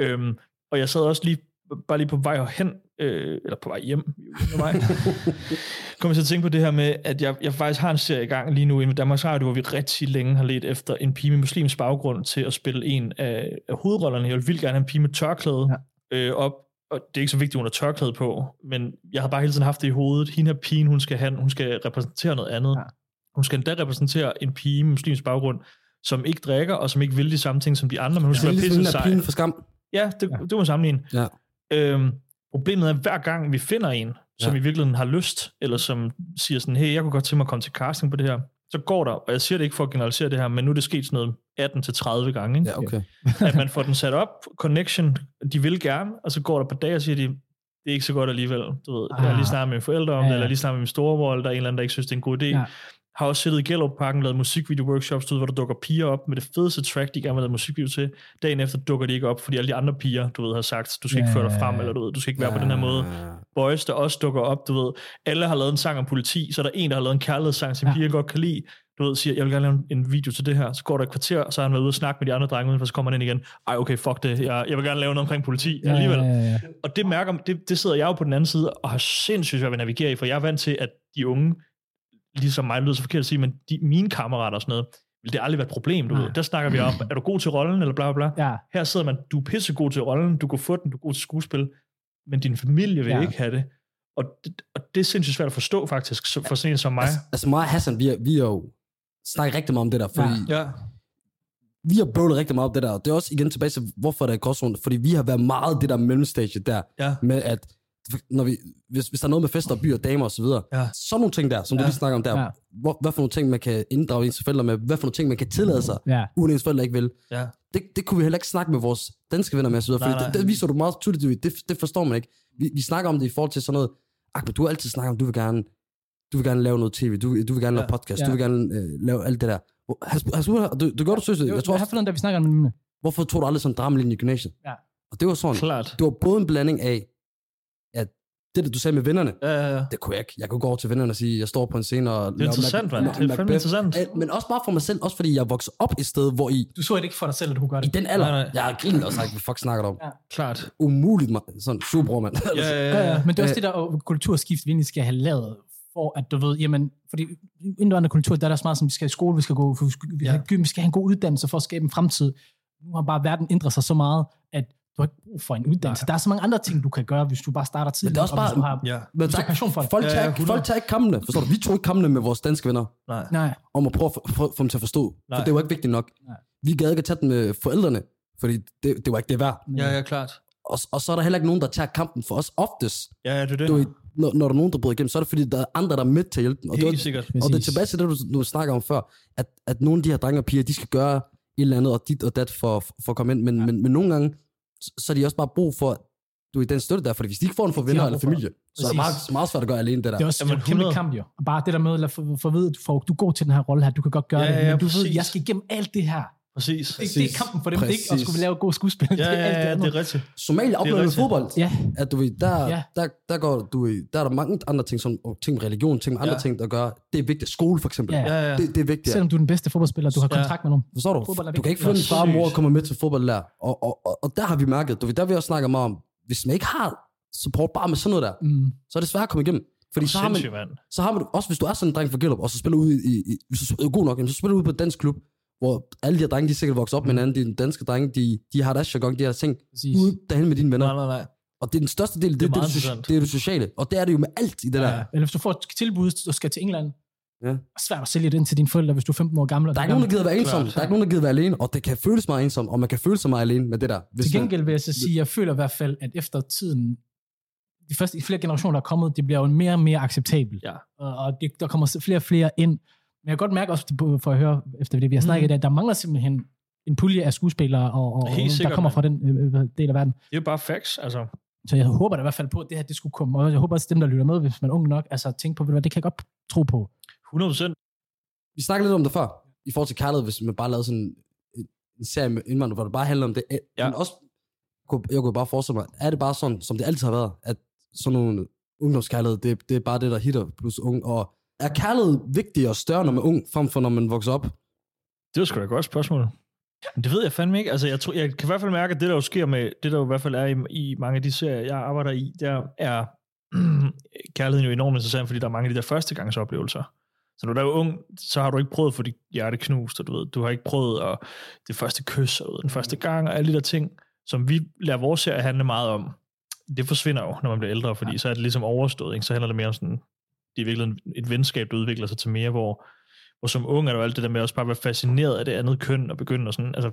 Og jeg sad også bare lige på vej hen, eller på vej hjem med mig, kom jeg til at tænke på det her med, at jeg faktisk har en serie i gang lige nu i Danmarks Radio, hvor vi rigtig længe har ledt efter en pige med muslimsk baggrund til at spille en af hovedrollerne. Jeg vil vildt gerne have en pige med tørklæde op, og det er ikke så vigtigt, hun har tørklæde på, men jeg har bare hele tiden haft det i hovedet. Hende her pigen, hun skal repræsentere noget andet. Ja. Hun skal endda repræsentere en pige med muslimsk baggrund, som ikke drikker, og som ikke vil de samme ting som de andre, men hun skal være pisse sej. Pigen for skam. Ja, det må sammenligne. Ja. Problemet er, hver gang vi finder en, som i virkeligheden har lyst, eller som siger sådan, hey, jeg kunne godt tænke mig at komme til casting på det her, så går der, og jeg siger det ikke for at generalisere det her, men nu er det sket sådan noget 18-30 gange, ikke? Ja, okay. At man får den sat op, connection, de vil gerne, og så går der på dag og siger de, det er ikke så godt alligevel, du ved, jeg har lige snakket med mine forældre om det, eller lige snakket med min storebror, eller der er en eller anden, der ikke synes, det er en god idé. Ja. Har også siddet i Gellerupparken, lavet musikvideo-workshops, hvor der dukker piger op med det fedeste track, de gerne vil lave musikvideo til. Dagen efter dukker de ikke op, fordi alle de andre piger, du ved, har sagt, du skal ikke føre dig frem, eller du ved, du skal ikke være på den her måde. Boys, der også dukker op, du ved, alle har lavet en sang om politi, så er der en, der har lavet en kærlighedssang, som piger godt kan lide. Du ved, siger, jeg vil gerne lave en video til det her. Så går der et kvarter, og så har han været ude og snakke med de andre drenge udenfor, så kommer han ind igen. Ej, okay, fuck det. Jeg vil gerne lave noget omkring politi alligevel. Ja. Og det mærker, det sidder jeg jo på den anden side, og har sindssygt svært ved at navigere i, for jeg er vant til, at de unge, ligesom mig, lyder så forkert at sige, men mine kammerater og sådan noget, vil det aldrig være et problem, du ved. Der snakker vi om, er du god til rollen, eller bla bla bla. Ja. Her sidder man, du er pissegod til rollen, du kan få den, du er god til skuespil, men din familie vil ikke have det. Og det er sindssygt svært at forstå, faktisk, for sådan en som mig. Altså mig og Hassan, vi har jo snakket rigtig meget om det der, fordi vi har bøvlet rigtig meget om det der, og det er også igen tilbage til, hvorfor der er gråzone, fordi vi har været meget det der mellemstage der, med at når hvis der er noget med fester og byer og damer og så videre, sådan nogle ting der, som du lige snakker om der, hvad for nogle ting man kan inddrage ens forældre med, hvad for nogle ting man kan tillade sig, uden ens forældre ikke vil. Det kunne vi heller ikke snakke med vores danske venner med og så videre, fordi det viser du meget tydeligt, det forstår man ikke. Vi snakker om det i forhold til sådan noget, men du har altid snakket om, du vil gerne lave noget tv, du vil gerne lave podcast, du vil gerne lave alt det der. Du gør det søs. Jeg tror også, der vi snakker om det. Hvorfor tog du aldrig sådan en dramalinje i gymnasiet? Ja. Og det var sådan, det var både en blanding af, at det du sagde med vennerne, Ja. det kunne jeg ikke. Jeg kunne gå over til vennerne og sige, jeg står på en scene og... Det er interessant, mand. Det er fandme interessant. Men også bare for mig selv, også fordi jeg voksede op et sted, hvor Du så det ikke for dig selv, at du kunne gøre det. I den alder, jeg har grinet og sagt, hvad fuck snakker du om? Ja. Klart. Umuligt, sådan superbror, mand. Ja. Men det er også det der kulturskift, vi egentlig skal have lavet, for at du ved, jamen, fordi indvandrende kultur, der er der så meget som, vi skal i skole, vi skal gå, vi skal have en god uddannelse for at skabe en fremtid. Nu har bare verden ændret sig så meget, at du har ikke brug for en uddannelse. Der er så mange andre ting, du kan gøre, hvis du bare starter tidligt. Men det er også bare, hvis du har passion for det. Folk tager ikke kampene, forstår du? Vi tog ikke kampene med vores danske venner. Nej. Om at prøve at få dem til at forstå. For det var ikke vigtigt nok. Nej. Vi gad ikke at tage den med forældrene, fordi det var ikke det værd. Ja, klart. Og så er der heller ikke nogen, der tager kampen for os oftest. Ja, det er det. Når der er nogen, der bryder igennem, så er det fordi, der er andre, der er med til at hjælpe dem. Helt sikkert. Og det er tilbage til det, du snakker om før, at nogle af de her drenge og piger, de skal gøre et eller andet, og dit og dat for at komme ind. Men nogle gange, så er de også bare brug for, du er i den støtte der, fordi hvis de ikke får en for venner eller familie, så er det meget svært at gøre alene det der. Det er også en kæmpe kamp jo. Og bare det der med at få at vide, du går til den her rolle her, du kan godt gøre det, men du ved, jeg skal igennem alt det her. Præcis. Det er kampen for dem, det ikke at skulle lave god skuespil. Ja, det er rigtigt. Somalia oplever med fodbold. Ja. At du ved, der går du i, der er der mange andre ting, som ting med religion, ting med andre ting, der gør. Det er vigtigt. Skole for eksempel. Ja. Det er vigtigt. Selvom du er den bedste fodboldspiller, du har kontrakt med nogen. Forstår du? Du kan ikke få en far og mor komme med til fodboldlærer. Og der har vi mærket, der vi også snakker meget om, hvis man ikke har support bare med sådan noget der, så er det svært at komme igennem. Fordi så har man også, hvis du er sådan en dreng fra Gellerup, og så spiller ud hvis du er god nok, så spiller du ud på et dansk klub, hvor alle de her drenge, de sikkert vokser op med hinanden, de danske drenge, de har deres jargon, de har ting ud derhen med dine venner. Nej. Og det er den største del, det er det sociale. Og det er det jo med alt i det der. Eller hvis du får et tilbud, og skal til England, det er svært at sælge det ind til dine forældre, hvis du er 15 år gammel. Der er ikke nogen, der gider være ensom. Der er ikke nogen, der gider være alene, og det kan føles meget ensom, og man kan føle sig meget alene med det der. Til gengæld vil jeg så sige, jeg føler i hvert fald, at efter tiden, de flere generationer, der er kommet, det bliver jo mere og mere acceptabelt. Ja. Og der kommer flere og flere ind. Men jeg kan godt mærke også, for at høre efter det, vi har snakket i, der mangler simpelthen en pulje af skuespillere, og der kommer fra den del af verden. Det er jo bare facts, altså. Så jeg håber da i hvert fald på, at det her det skulle komme. Og jeg håber også, dem, der lytter med, hvis man er ung nok, altså tænke på, det kan jeg godt tro på. 100%. Vi snakkede lidt om det før, i forhold til kærlighed, hvis man bare lavede sådan en serie med indvandrere, hvor det bare handler om det. Men også, jeg kunne bare forestille mig, er det bare sådan, som det altid har været, at sådan nogle ungdomskærlighed, det er bare det, der hitter plus ung, og er kærlighed vigtigere og større, når man er ung, frem for når man vokser op? Det var sgu da et godt spørgsmål. Men det ved jeg fandme ikke. Altså, jeg kan i hvert fald mærke, at det, der jo sker med, det der jo i hvert fald er i mange af de serier, jeg arbejder i, der er kærligheden jo enormt interessant, fordi der er mange af de der førstegangsoplevelser. Så når du er jo ung, så har du ikke prøvet at få dit hjerte knust, og du har ikke prøvet at det første kys, og den første gang, og alle de der ting, som vi lader vores serie handle meget om. Det forsvinder jo, når man bliver ældre, fordi så er det ligesom overstået, ikke? Så handler det mere om sådan, det er virkelig et venskab, der udvikler sig til mere, hvor som ung er der jo alt det der med også bare at være fascineret af det andet køn, og begynde at sådan, altså,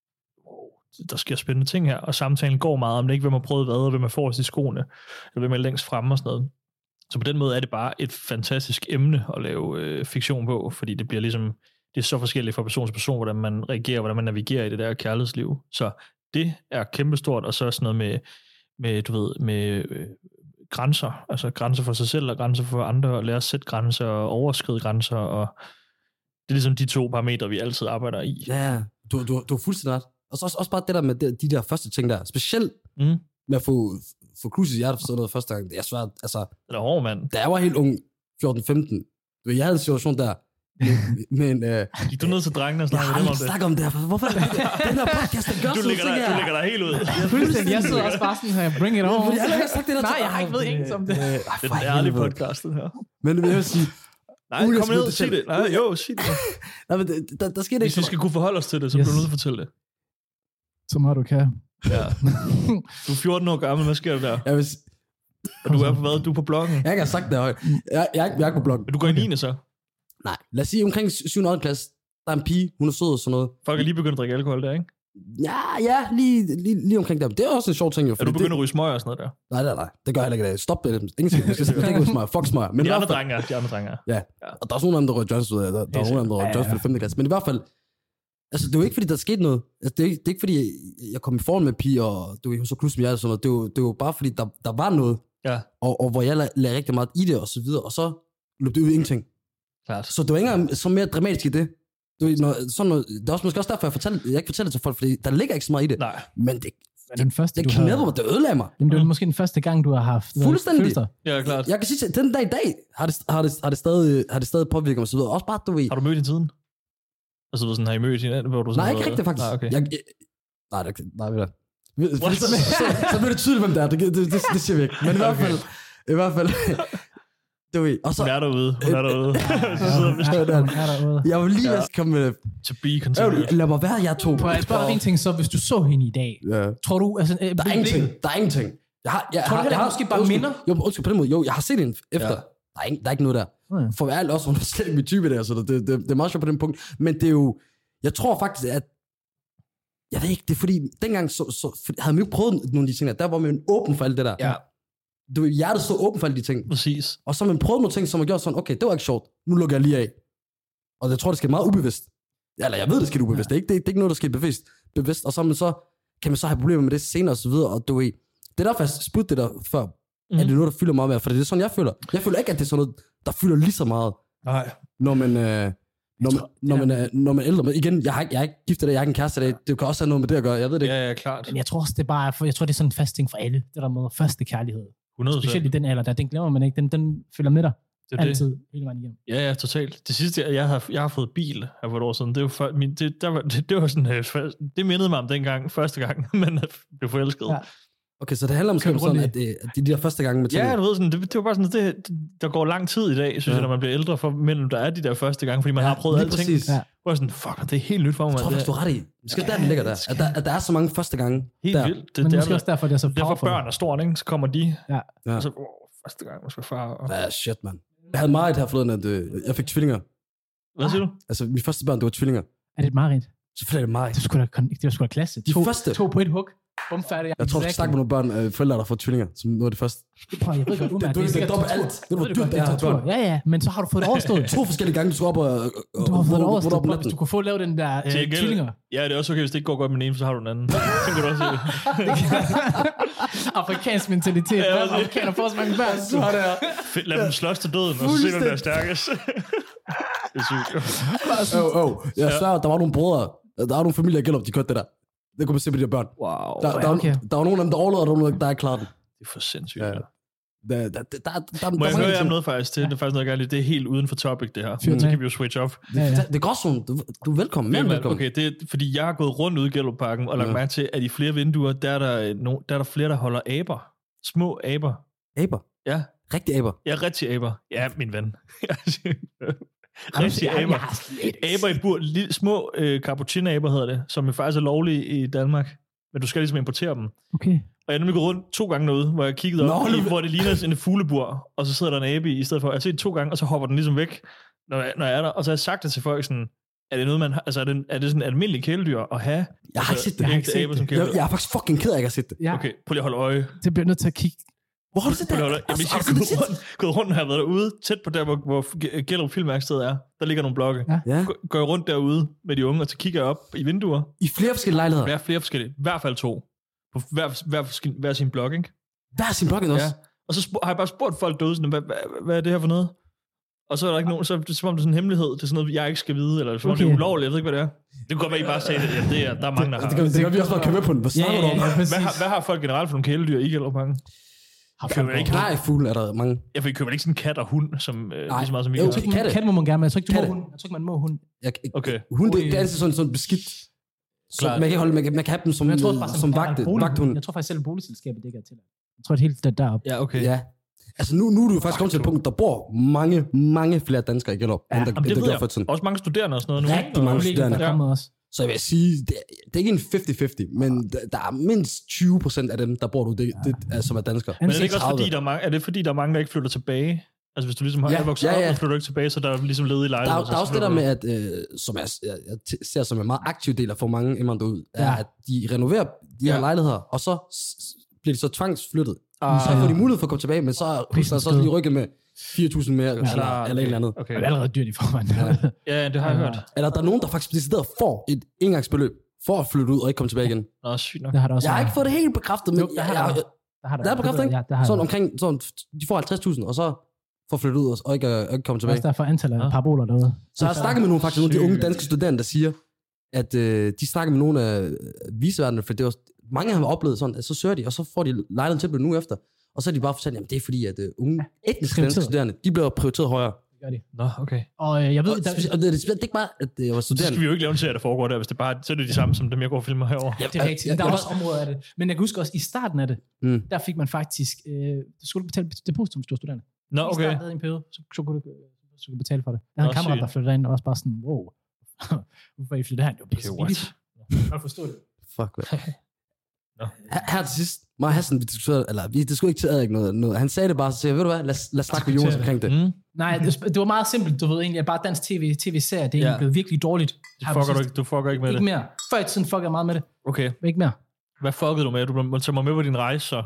der sker spændende ting her, og samtalen går meget om det, ikke hvem har prøvet hvad, og hvem er forrest i skoene, eller hvem er længst fremme og sådan noget. Så på den måde er det bare et fantastisk emne at lave fiktion på, fordi det bliver ligesom, det er så forskelligt fra person til person, hvordan man reagerer, hvordan man navigerer i det der kærlighedsliv. Så det er kæmpestort, og så sådan noget med du ved, med grænser, altså grænser for sig selv og grænser for andre, og lære at sætte grænser og overskride grænser, og det er ligesom de to parametre, vi altid arbejder i. Ja, du er fuldstændig ret. Og så også bare det der med de der første ting der, specielt med at få cruises hjerte for sådan noget første gang, det er svært, altså. Det er hård, mand. Da jeg var helt ung, 14-15, jeg havde en situation der, men gik du ned til drengene og snakkede om det? Jeg snakker om det her. Hvorfor den her podcast, der gør du lægger dig helt ud. Jeg sidder også bare sådan her, bring it on. Nej, jeg har ikke ved ingenting om det. Det er den ærlige podcast, det her. Men jeg vil sige, nej, kom ned og sig det. Nej, jo, sig det. Nej, men der sker det ikke. Hvis vi skal kunne forholde os til det, så bliver du nødt til at fortælle det. Så meget du kan. Ja. Du er 14 år gammel, hvad sker der der? Jeg vil og du er på hvad? Du er på bloggen? Jeg har sagt det højt. Jeg er ikke på bloggen. Men du går i 9. så? Nej, lad os sige omkring 7. og 8. klasse. Der er en pige, hun er sød og sådan noget. Folk er lige begyndt at drikke alkohol der, ikke? Ja, lige omkring der. Det er også en sjov ting jo. Er du begyndt at ryge smøger og sådan noget der? Nej. Det gør jeg heller ikke. Stop det. Ingenting. Jeg skal ikke ryge smøger. Fuck smøger. Men de andre drenge er. Ja. Og der er også nogle af dem, der ryger Jones. Der er nogle af dem, der ryger Jones for 5. klasse. Men i hvert fald, altså det er jo ikke fordi, der er sket noget. Altså, det er ikke fordi, jeg kom i forhold med piger, og du er så klus med jer og sådan noget. Det var bare fordi, der var noget. Ja. Og hvor jeg lagde rigtig meget i det og så videre. Og så løb det ud i ingenting. Klart. Så det var ikke engang så mere dramatisk i det. Det er også måske også derfor, jeg ikke fortæller det til folk, fordi der ligger ikke så meget i det. Nej. Men det den første, det knæppede mig, det ødelagde mig. Jamen, det var måske den første gang, du har haft fuldstændig følelser. Ja, klart. Jeg kan sige, at den dag i dag har det stadig påvirket mig så videre. Også bare, du ved... Har du mødt hende siden? Altså, sådan, har I mødt hende? Hvor du sådan Nej, ikke rigtigt, faktisk. Nej, okay. Nej, ved du. Så bliver det tydeligt, hvem det er. Det siger vi ikke. Men i hvert fald... Du ved, og så... Hun er derude. Jeg vil lige komme med... To be continued. Lad mig være, jeg to. Jeg spørger dig en ting, så hvis du så hende i dag, tror du... Altså, der er ingenting. Tror du, det måske bare minder? Jo, undskyld, på den måde. Jo, jeg har set hende efter. Ja. Der er ikke noget der. For at være ærlig også, hun er slet ikke min type der, så det er meget sjovt på den punkt. Men det er jo... Jeg tror faktisk, at... Jeg ved ikke, det er fordi... Dengang havde man jo ikke prøvet nogle af de ting der. Der var man jo åben for alt det der. Ja. Du hjertet så åben for alle de ting. Præcis. Og så har man prøvet nogle ting, som har gjort sådan, okay, det var ikke sjovt. Nu lukker jeg lige af. Og jeg tror, det skal meget ubevidst. Eller jeg ved, det skal ubevidst. Det er ikke noget, der skal bevidst. Og så kan man så have problemer med det senere og så videre. Og du ved, det er derfor, jeg spurgte det der før. At det er noget, der fylder meget mere. For det er sådan, jeg føler. Jeg føler ikke, at det er sådan noget, der fylder lige så meget. Nej. Når man er ældre. Men igen, jeg er ikke gift i dag, jeg er ikke en kæreste i dag. Det kan også have noget med det at gøre. Jeg ved det ikke. Ja, klart. Men jeg tror også, det er bare... Jeg tror, det er sådan en fast ting for alle. Det der med første kærlighed. 100%. Specielt i den alder der. Den glemmer man ikke. Den følger med dig. Det altid. Det. Hele vejen igennem. Ja, totalt. Det sidste, jeg har fået bil her for et år siden, det var sådan, det mindede mig om dengang, første gang, men jeg blev forelsket. Ja. Okay, så det handler måske om sådan, at de der første gange med ting. Ja, du ved, sådan, det var bare sådan, der går lang tid i dag, synes jeg, når man bliver ældre, for mellem der er de der første gange, fordi man har prøvet alting. Hvor jeg sådan, fuck, det er helt nyt for mig. Jeg tror faktisk, du er ret i. Måske der, den ligger der. At der er så mange første gange. Helt der. vildt. Men måske også derfor, det er så powerful. Derfor børn er stort, ikke? Så kommer de. Ja. Og så, første gang, måske far. Ja, shit, man. Jeg havde meget her forleden, at jeg fik tvillinger. Hvad siger du? Altså, mine første børn, det var tvillinger. Er det et mareridt? Selvfølgelig er det meget. Det var sgu da klasse. To på et hug. Bum, færdig. Jeg tror, du skal snakke med nogle børn, forældre, der får tvillinger, som noget af det første. Prøv, jeg ved godt, umærket. Du er dobbelt alt. Det var dybt, det her børn. Ja, men så har du fået det overstået. 2 forskellige gange, du skal op og... Du har fået det overstået, hvis du kunne få lavet den der tvillinger. Ja, det er også okay, hvis det ikke går godt med den ene, så har du den anden. Så kan du også se det. Afrikansk mentalitet. Afrikaner får så mange børn. Lad dem slås til døden, og så se, hvem der er stærkest. Det er sygt. Jeg svær, der var nogle brødre, der var nogle familier i Gellerup, de kørte det der. Det kunne man se på de her børn. Wow. Der var nogen af dem, der overlevede, og der var nogen, der ikke klarede den. Det er for sindssygt. Ja. Må jeg høre jer om noget faktisk til? Det er faktisk noget, jeg gerne lide. Det er helt uden for topic, det her. Så kan vi jo switch off. Det er godt sådan. Du er velkommen. Velkommen. Okay, det er, fordi jeg har gået rundt ude i Gellerupparken og lagt mærke til, at i flere vinduer, der er der flere, der holder aber. Små aber. Aber? Ja. Rigtig aber? Ja, rigtig aber. Ja, min ven. Rigtig aber. Aber i bur. Små cappuccino-aber hedder det, som faktisk er lovlige i Danmark. Men du skal ligesom importere dem. Okay. Og jeg er nemlig gået rundt 2 gange derude, hvor jeg kiggede op, hvor det ligner en fuglebur, og så sidder der en abe i stedet for. Jeg har set 2 gange, og så hopper den ligesom væk, når jeg er der. Og så har jeg sagt det til folk sådan, er det noget, man har, altså er det sådan et almindeligt kæledyr at have? Jeg har ikke set det. Jeg er faktisk fucking ked af, at jeg har set det. Ja. Okay, prøv lige at holde øje. Det bliver nødt til at kigge. Hvor har du set det? Jamen, jeg gået rundt, har jeg været derude, tæt på der, hvor Gellerup Filmværksted er. Der ligger nogle blokke. Ja. Går jeg rundt derude med de unge, og så kigger jeg op i vinduer. I flere forskellige lejligheder? Ja, flere forskellige. I hvert fald 2. På hver sin blok, ikke? Hver sin blok også? Ja. Og så har jeg bare spurgt folk derude, sådan, hvad er det her for noget? Og så er der ikke nogen, så er det som om det er sådan en hemmelighed. Det er sådan noget, jeg ikke skal vide, eller det er ulovligt, jeg ved ikke, hvad det er. Det kunne godt være, I bare sagde det. Ja, der er mange, der har. Det kan vi også bare købe med på den. Hvad snakker du om? Hvad har folk generelt for nogle kæledyr i Gellerupparken? Nej, fugle er der mange. Jeg køber ikke sådan en kat og hund, som lige så meget som I gør. Kat må man gerne, men jeg tror ikke, man må hund. Okay. Hund, det er altid sådan beskidt. Så man kan have dem som vagthund. Jeg tror faktisk selv, at boligselskabet ikke er til. Jeg tror, det helt deroppe. Ja, okay. Ja. Altså nu er du faktisk kommet til et punkt, der bor mange flere danskere i Gellerup, end der gør for tiden. Også mange studerende og sådan noget. Rigtig mange studerende. Der kommer også. Så jeg vil sige, det er ikke en 50-50, men der er mindst 20% af dem, der bor du, det som er danskere. Men er det ikke også fordi, der er mange, der ikke flytter tilbage? Altså hvis du ligesom har vokset op, og flytter ikke tilbage, så der er ligesom ledige lejligheder. Der er også det der med, at som jeg ser som en meget aktiv del af for mange indvandrere ud, er, at de renoverer de her lejligheder, og så bliver de så tvangsflyttet. Så får de mulighed for at komme tilbage, men så er så lige rykket med 4.000 mere, eller et eller andet. Okay. Det er allerede dyrt i forvejen. Ja, det har jeg hørt. Eller der er nogen, der faktisk decideret får et engangsbeløb for at flytte ud og ikke komme tilbage igen. Nå, sygt nok. Det har der også. Jeg har ikke fået det helt bekræftet, men der er bekræftet, ikke? Sådan omkring, de får 50.000, og så får flyttet ud og ikke komme tilbage. Også derfor antallet af paraboler derude. Så jeg har snakket med nogle af de unge danske studerende, der siger, at de snakker med nogle af viseverdene, for det var mange af dem har oplevet sådan, at så søger de, og så får de lejligheden til at blive nu efter. Og så er de bare fortalt, jamen det er fordi, at unge etniske danske studerende, de bliver prioriteret højere. Gør de. Nå, okay. Og jeg ved, og det er ikke bare, at jeg var studerende. Så skal vi jo ikke lave en serie, der foregår der, hvis det bare så er det de samme, som dem jeg går og filmer herovre. Ja, det er rigtigt. Der er også områder af det. Men jeg kan huske også, i starten af det, der fik man faktisk, du skulle betale depositum, hvis du var studerende. Nå, okay. I starten af en periode, så kunne du betale for det. Jeg havde en kammerat, der flyttede ind, og også bare sådan, wow, hvorfor I flyttede herind? Det var pisse billigt. Jeg kan forstå det. Fuck, hvad? Her til sidst, mig og Hassan, vi diskuterede, eller det skulle ikke til ikke noget. Han sagde det bare, så sagde jeg, ved du hvad, lad os snakke med Jonas omkring det. Nej, det var meget simpelt, du ved egentlig, at bare dansk tv-serie, det er blevet virkelig dårligt. Du fucker ikke med det? Ikke mere. Før i tiden fuckede jeg meget med det. Okay. Ikke mere. Hvad fuckede du med? Du må tage mig med på din rejse, så?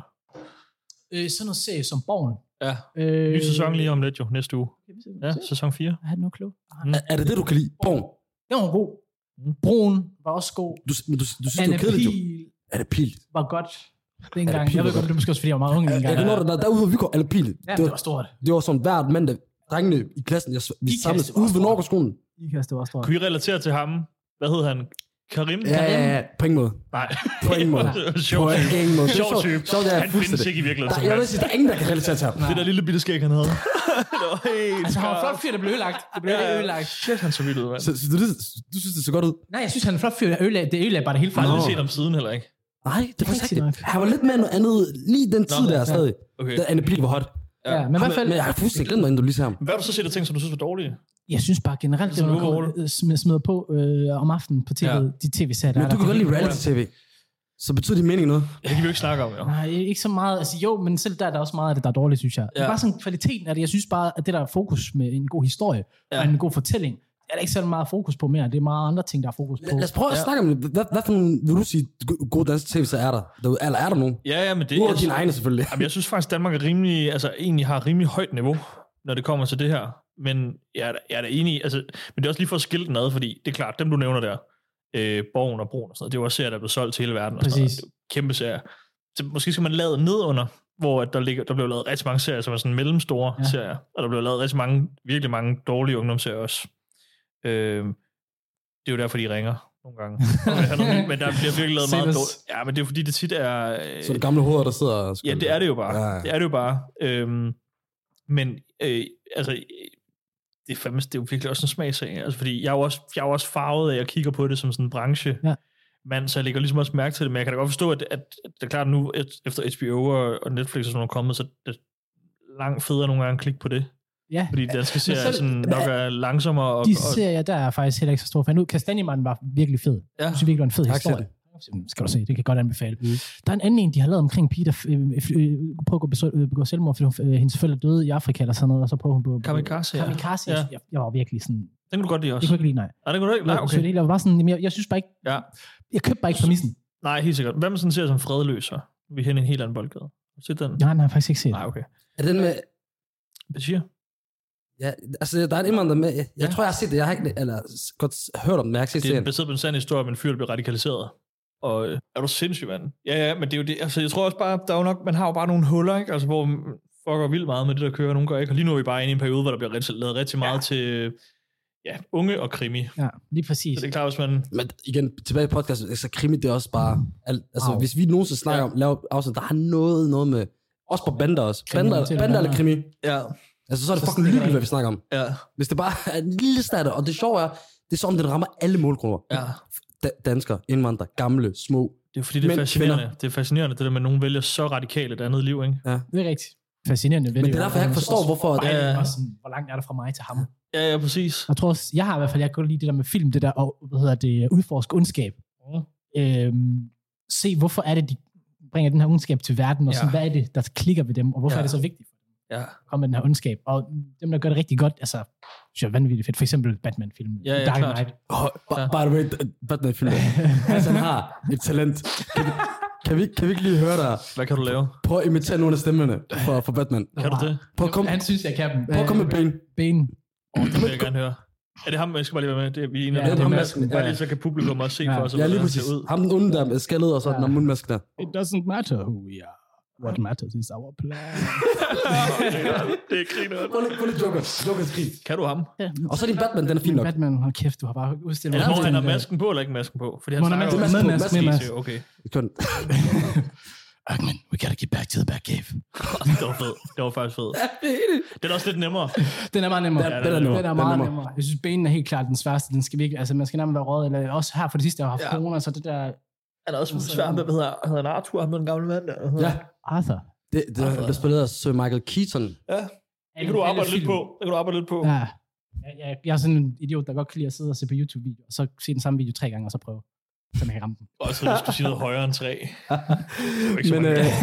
Sådan noget serie som Borgen. Ja. Ny sæson lige om lidt jo, næste uge. Ja, sæson 4. Jeg havde noget klogt. Er det du kan lide? Borgen? Det var god. Broen var også god. Du synes, det var kedeligt, jo? Er det Pil? Var godt. Det engang. Jeg ved godt, det er måske også, fordi jeg var meget ung engang. Jeg kan nå det, derude, hvor vi går, eller Pil. Ja, det var stort. Det var sådan hvert mandag, drengene i klassen, vi samledes ude ved Norgeskolen. IKAST, det var stort. Kunne I relatere til ham? Hvad hed han? Karim? Ja, på ingen måde. Nej. På ingen måde. Sjov type. Han findes ikke i virkeligheden. Jeg vil sige, der er ingen, der kan relatere til ham. Det der lille bitte skæg, han havde. Det var helt altså, han var flot fyr, der blev ødelagt. Det blev ødelagt. Shit, han så vildt ud, mand. Så du synes, det så godt ud? Nej, jeg synes, han er flot fyr, der ødelagt. Det ødelagt bare det hele fejl. Jeg har aldrig set ham siden heller ikke. Nej, det var rigtigt. Han var lidt mere noget andet lige den tid der stadig. Da Anne Pil var hot. Ja, men i hvert fald... Men jeg har fuldstændig glemt mig, inden du lige ser ham. Hvad har du så set af ting, som du synes var dårlige? Jeg synes bare generelt, det var smider på om aftenen på tv, de tv-serier, der men du kan godt lide reality-tv. Så betyder det mening noget? Det kan vi jo ikke snakke om, jo. Nej, ikke så meget. Altså jo, men selv der er også meget af det, der er dårligt, synes jeg. Det er bare sådan kvaliteten af det. Jeg synes bare, at det der er fokus med en god historie og en god fortælling, er der ikke så meget fokus på mere. Det er meget andre ting, der er fokus på. Lad os prøve at snakke om det. Hvad for nogle, vil du sige, gode danske tv, så er der? Eller er der nogen? Ja, men det er dine egne selvfølgelig. Jamen, jeg synes faktisk, Danmark er rimelig, altså egentlig har rimelig højt niveau, når det kommer til det her. Men jeg er da enig, altså, men det er også lige for at skille den ad, fordi det er klart, dem du nævner der, Borgen og Broen og sådan noget, det er jo også serier, der er blevet solgt til hele verden. Og sådan noget. Kæmpe serier. Så måske skal man lade ned under, hvor der blev lavet rigtig mange serier, som er sådan mellemstore serier, og der blev lavet rigtig mange, virkelig mange dårlige ungdomsserier også. Det er jo derfor, de ringer nogle gange. Men der bliver virkelig lavet meget dårligt. Ja, men det er fordi, det tit er... Så det gamle hoveder, der sidder og... Ja, det er det jo bare. Ja. Det er det jo bare. Men altså, det er jo virkelig også en smagsag. Altså, fordi jeg er jo også farvet af, at jeg kigger på det som sådan en branche. Ja. Men så jeg lægger ligesom også mærke til det, men jeg kan da godt forstå, at det er klart nu, efter HBO og Netflix og sådan noget er kommet, så det er langt federe nogle gange at klikke på det. Ja. Fordi danske serier sådan nok er langsommere. De serier, der er faktisk heller ikke så stor fan. Nu, Kastanjemanden var virkelig fed. Ja. Jeg synes virkelig, var en fed historie. Skal du se, det kan jeg godt anbefale. Der er en anden en, de har lavet omkring Peter, prøver at begå selvmord, fordi hendes forældre døde i Afrika eller sådan noget, og så prøver hun på... Kamikaze, ja. Jeg var virkelig sådan... Den kunne du godt lide også. Det kunne jeg ikke lide, nej. Nej, det kunne du ikke? Nej, okay. Så det var bare sådan, jeg synes bare ikke... Ja. Jeg købte bare ikke præmissen. Nej, helt sikkert. Hvad med sådan en serie som Fredløser? Vi er hen i en helt anden boldgade. Har du set den? Nej, den har jeg faktisk ikke set. Nej, okay. Er den med... Hvad siger? Ja, altså der er en indvandrer med... Jeg tror, jeg har set det. Jeg har ikke godt hørt om den, jeg har ikke set serien. Det er baseret på en sand historie om en fyr, der bliver radikaliseret. Og er du sindssyg, mand? Ja, men det er jo det. Altså, jeg tror også bare, der er jo nok, man har jo bare nogle huller, ikke? Altså, hvor fucker vildt meget med det, der kører, nogle gør ikke. Og lige nu er vi bare inde i en periode, hvor der bliver lavet rigtig meget til unge og krimi. Ja, lige præcis. Så det er klart, hvis man... Men igen, tilbage i podcasten, altså krimi, det er også bare... Altså, hvis vi nogensinde snakker om, laver afsnit, der har noget med... Også på bander også. Bander eller krimi. Ja. Altså, så er det fucking ligegyldigt, hvad vi snakker om. Ja. Hvis det bare er en lille starter, og det sjove er, det er sådan, det rammer alle målgrupper. Ja. Danskere, indvandrere, gamle, små. Det er fordi, det er fascinerende. Kvinder. Det er fascinerende, det der med, at nogen vælger så radikalt et andet liv, ikke? Ja. Det er rigtigt. Fascinerende. Men det er derfor, jeg ikke forstår, hvorfor... Hvor langt er det fra mig til ham? Ja, præcis. Jeg tror også, jeg har i hvert fald, jeg kan godt lide det der med film, det der, og, udforske ondskab. Se, hvorfor er det, de bringer den her ondskab til verden, og sådan, hvad er det, der klikker ved dem, og hvorfor er det så vigtigt for dem? Ja. Kom med den her ondskab. Og dem, der gør det rigtig godt, altså, synes jeg er vanvittigt fedt. For eksempel Batman-filmen. Ja, Dark klart. Knight. By the way, Batman-filmen. Altså, han har et talent. Kan vi ikke lige høre dig? Hvad kan du lave? Prøv at imitere nogle af stemmerne for Batman. Kan du det? Han synes, jeg kan dem. Prøv at komme med Bane. Det vil jeg gerne høre. Er det ham, jeg skal bare lige være med? Det er vi enige. Ja, det er masken. Bare lige så kan publikum også se for os. Ja, lige præcis. Ham den onde der med skaldet og så den mundmaske der. It doesn't matter who we are. What matters is our plan. Det er griner. Prøv lige Jokers krig. Kan du ham? Ja. Og så din Batman, den er fin nok. Batman, hold kæft, du har bare udstillet Når han har masken på, eller ikke masken på? Fordi han snakker med mask. Okay. Ackman, we gotta get back to the Batcave. Det var fedt. Det var faktisk fedt. Den er også lidt nemmere. Den er meget nemmere. Den er meget nemmere. Jeg synes, benene er helt klart den sværeste. Den skal virkelig, altså man skal nærmest være røget, eller også her for det sidste, jeg har haft corona, så det der... Han er også svært med, hvad hedder han Arthur, ham den gamle mand der. Ja. Arthur. Det spillede af Sir Michael Keaton. Ja. Det kan du arbejde lidt på. Ja. Jeg er sådan en idiot, der godt kan lide at sidde og se på YouTube-videoer, og så se den samme video 3 gange, og så prøve, så man kan ramme den. Og så skulle sige noget højere end 3. Men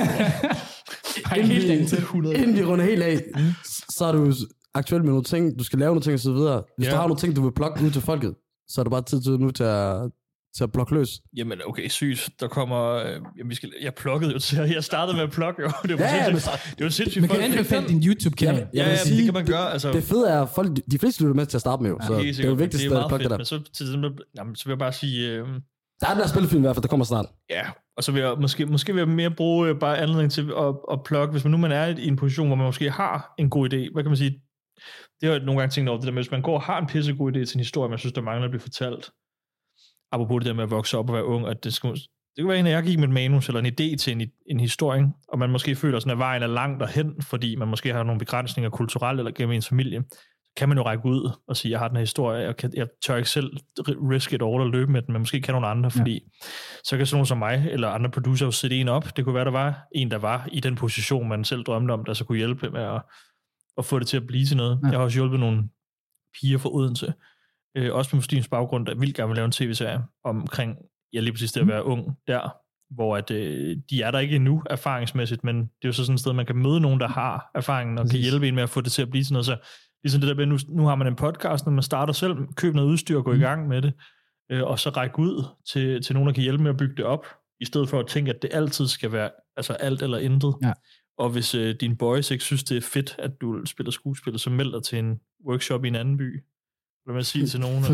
inden vi runder helt af, så er du aktuelt med nogle ting, du skal lave nogle ting og så videre. Hvis du har nogle ting, du vil plukke ud til folket, så er det bare tid til nu til at plukke løs. Jamen okay, sygt. Der kommer... jeg plukkede jo til, jeg startede med at plukke jo. Det var jo sindssygt. Man kan anbefale din YouTube-kanal. Ja, det kan man gøre. Altså, det fede er, folk, de fleste lytter med til at starte med jo, så det er jo vigtigst at plukke det der. Men så vil jeg bare sige... Der er den der spillefilm i hvert fald, der kommer snart. Ja, og så vil jeg måske vil jeg mere bruge bare anledning til at plukke, hvis man er i en position, hvor man måske har en god idé. Hvad kan man sige? Det har jeg nogle gange tænkt over, det der med, hvis man går og har en pissegod idé til en historie, man synes, der mangler at blive fortalt. Apropos det der med at vokse op og være ung, at det kan være en, at jeg gik med et manus eller en idé til en historie, og man måske føler sådan, at vejen er langt derhen, fordi man måske har nogle begrænsninger kulturelt eller gennem ens familie. Kan man jo række ud og sige, jeg har den her historie, jeg tør ikke selv risk it all og løbe med den, men måske kan nogle andre, fordi så kan sådan nogen som mig, eller andre producer jo sætte en op. Det kunne være, der var en, der var i den position, man selv drømte om, der så kunne hjælpe med at få det til at blive til noget. Ja. Jeg har også hjulpet nogle piger fra Odense, også med muslims baggrund, der vildt gerne vil lave en tv-serie omkring, lige præcis det at være ung der, hvor at, de er der ikke endnu erfaringsmæssigt, men det er jo så sådan et sted, man kan møde nogen, der har erfaringen, og kan hjælpe en med at få det til at blive til noget. Så ligesom det der med, nu har man en podcast, når man starter selv, købe noget udstyr og gå i gang med det, og så række ud til nogen, der kan hjælpe med at bygge det op, i stedet for at tænke, at det altid skal være altså alt eller intet. Ja. Og hvis dine boys ikke synes, det er fedt, at du spiller skuespil, så meld dig til en workshop i en anden by. Eller man sige til nogen.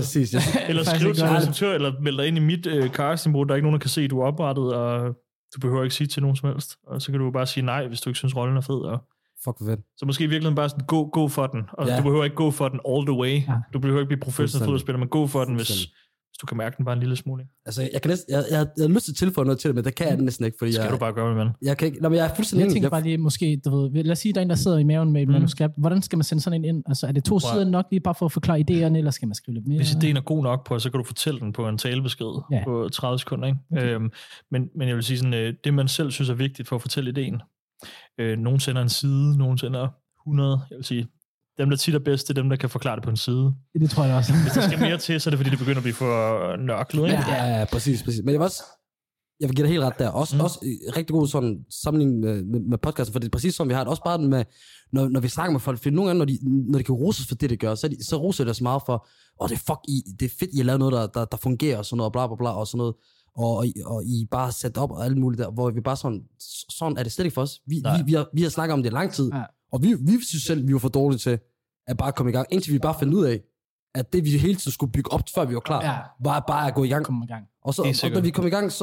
Eller skriv til en instruktør, eller meld dig ind i mit castingbureau, der er ikke nogen, der kan se, at du er oprettet, og du behøver ikke sige til nogen som helst. Og så kan du bare sige nej, hvis du ikke synes, rollen er fed. Og fuck for fedt. Så måske i virkeligheden bare sådan, gå for den. Og du behøver ikke gå for den all the way. Ja. Du behøver ikke blive professionel fodboldspiller, men gå for den, hvis du kan mærke den bare en lille smule. Altså, jeg har lyst til at tilføje noget til det, men det kan jeg næsten ikke, fordi skal du bare gøre det, mand. Jeg kan ikke, men jeg er fuldstændig... Jeg tænker bare lige, måske, du ved, lad os sige, der er en, der sidder i maven med et manuskript. Hvordan skal man sende sådan en ind? Altså, er det 2 sider nok lige bare for at forklare idéerne, eller skal man skrive lidt mere? Hvis idéen er god nok på, så kan du fortælle den på en talebesked på 30 sekunder, ikke? Okay. Men jeg vil sige sådan, det man selv synes er vigtigt for at fortælle idéen. Nogen sender en side, nogen sender 100, jeg vil sige, dem, der tit er bedst, det er dem, der kan forklare det på en side. Det tror jeg også. Hvis der skal mere til, så er det fordi, det begynder at blive for nørklet, ikke? Ja, præcis. Men jeg vil give dig helt ret der. Også rigtig god sådan sammenligning med podcasten, for det er præcis som vi har det. Også bare med, når vi snakker med folk, for nogle gange, når de kan roses for det, det gør, så roser det så meget for, det er fedt, I har lavet noget, der fungerer, og sådan noget, bla bla bla, og sådan noget. Og I bare sat op og alt muligt der, hvor vi bare sådan er det slet ikke for os. Vi har snakket om det i lang tid, og vi synes selv, vi var for dårlige til at bare komme i gang, indtil vi bare fandt ud af, at det vi hele tiden skulle bygge op, før vi var klar, var bare at gå i gang. Og når vi kom i gang,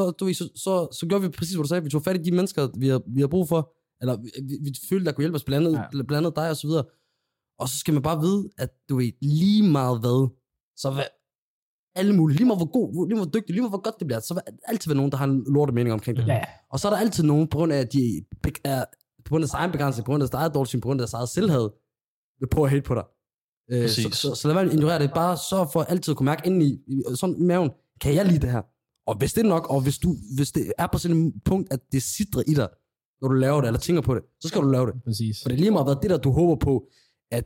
så gjorde vi præcis, hvad du sagde. Vi tog fat i de mennesker, vi har brug for, eller vi følte, der kunne hjælpe os, blandt andet dig og så videre. Og så skal man bare vide, at du ved lige meget hvad, så alle mulige, lige meget hvor god, lige meget hvor dygtig, lige meget hvor godt det bliver, så vil altid være nogen, der har en lorte mening omkring det. Ja. Og så er der altid nogen, på grund af, at de er på grund af deres egen begrænsning, på grund af deres eget dårligt, på grund af deres eget selvhed, vil prøve at hate på dig. Så lad være at ignorere det. Bare sørg for altid at kunne mærke inden i sådan i maven, kan jeg lide det her? Og hvis det er nok, og hvis det er på sådan et punkt, at det sidder i dig, når du laver det, eller tænker på det, så skal du lave det. Præcis. For det er lige meget været det der, du håber på, at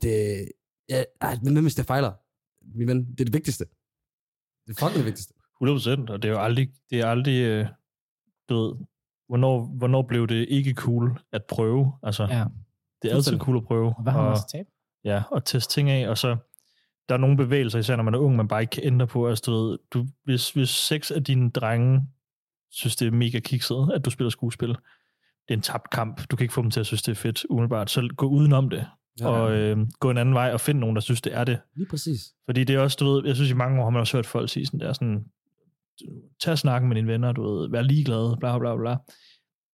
men hvis det fejler, min ven, det er det vigtigste. Det er fucking det vigtigste. 100%, og det er jo aldrig du ved, hvornår blev det ikke cool at prøve? Altså, det er altid cool at prøve. Og hvad har man også tabt? Ja, og teste ting af, og så der er nogle bevægelser, især når man er ung, man bare ikke kan ændre på. Altså, hvis 6 af dine drenge synes, det er mega kikset, at du spiller skuespil, det er en tabt kamp. Du kan ikke få dem til at synes, det er fedt umiddelbart. Så gå udenom det, og gå en anden vej og finde nogen, der synes, det er det. Lige præcis. Fordi det er også, du ved, jeg synes i mange år har man også hørt folk sige sådan, tag snakken med dine venner, du ved, vær ligeglad, bla bla bla.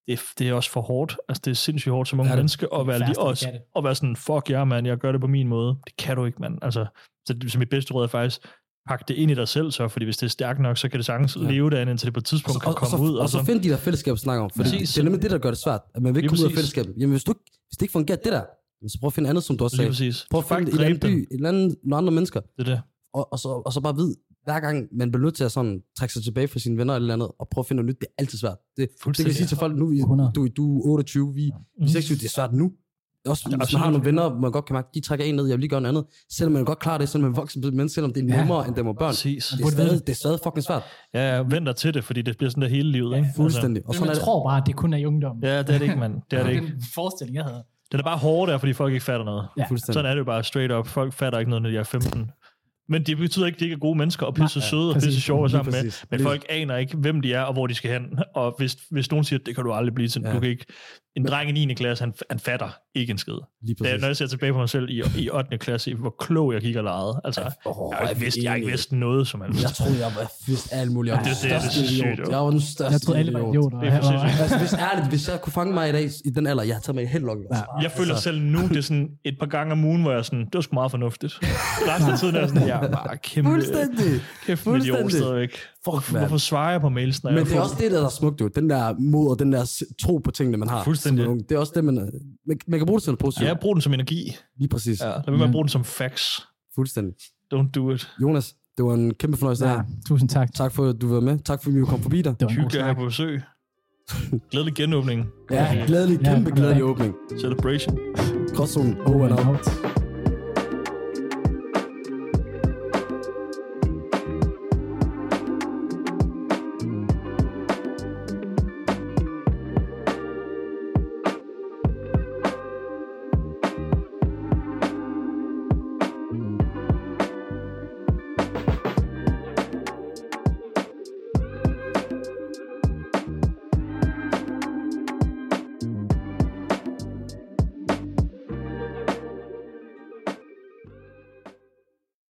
det er også for hårdt. Altså, det er sindssygt hårdt som unge menneske at være sådan, fuck ja, man, jeg gør det på min måde. Det kan du ikke, mand. Altså, så mit bedste råd er faktisk, pakke det ind i dig selv, så, fordi hvis det er stærkt nok, så kan det sagtens leve derinde, indtil det på et tidspunkt kan komme ud. Og så find de der fællesskaber, snakker om. For det er nemlig det, der gør det svært. At man vil ikke komme ud af fællesskabet. Jamen, hvis det ikke fungerer det der, så prøv at finde andet, som du også sagde. Prøv at finde en anden by, nogle andre mennesker. Det er det. Og så bare vide, hver gang man bliver nødt til at sådan trække sig tilbage fra sine venner eller andet, og prøve at finde noget nyt, det er altid svært. Det kan jeg sige til folk nu, du er 28, vi er 26, det er svært nu. Også hvis man har nogle venner, man godt kan mærke, de trækker en ned, jeg vil lige gøre noget andet. Selvom man godt klarer det, selvom man er voksen, men selvom det er nemmere, end det var børn. Det er stadig fucking svært. Ja, vent dig til det, fordi det bliver sådan der hele livet. Ikke? Fuldstændig. Og man tror bare, at det kun er ungdom. Ja, det er det ikke, mand. Det er det ikke. Den forestilling, jeg havde. Det er bare hårdt der, fordi folk ikke fatter noget. Ja. Sådan er det jo bare straight up. Folk fatter ikke noget, når de er 15. Men det betyder ikke, at de ikke er gode mennesker, og pisse søde, og pisse sjove sammen med. Men folk aner ikke, hvem de er, og hvor de skal hen. Og hvis nogen siger, det kan du aldrig blive til, du kan ikke. En dreng i 9. klasse, han fatter ikke en skid. Når jeg ser tilbage på mig selv i 8. klasse, hvor klog jeg gik og legede. Altså, jeg ikke vidste noget, som helst. Jeg troede, jeg vidste alt muligt. Det er sygt. Jeg var den største. Jeg troede, alle var idioter. Hvis jeg kunne fange mig i dag, i den alder, jeg har taget mig helt langt. Jeg føler selv nu, det er sådan et par gange om ugen, hvor jeg sådan, det var sgu meget fornuftigt. Resten af tiden er sådan, jeg er bare kæmpe idiot stadigvæk. Hvorfor svarer jeg på mails? Men det er også det, der er smukt, jo. Den der mod og den der tro på tingene, man har. Fuldstændig. Det er også det, man kan bruge det som positivt. Ja, brug den som energi. Lige præcis. Ja, lad mig bruge den som facts. Fuldstændig. Don't do it. Jonas, det var en kæmpe fornøjelse her. Tusind tak. Tak for, at du var med. Tak for, at vi kom forbi dig. Hyggeligt at have på besøg. Glædelig genåbning. Ja, glædelig åbning. Celebration. Crosszone over and out.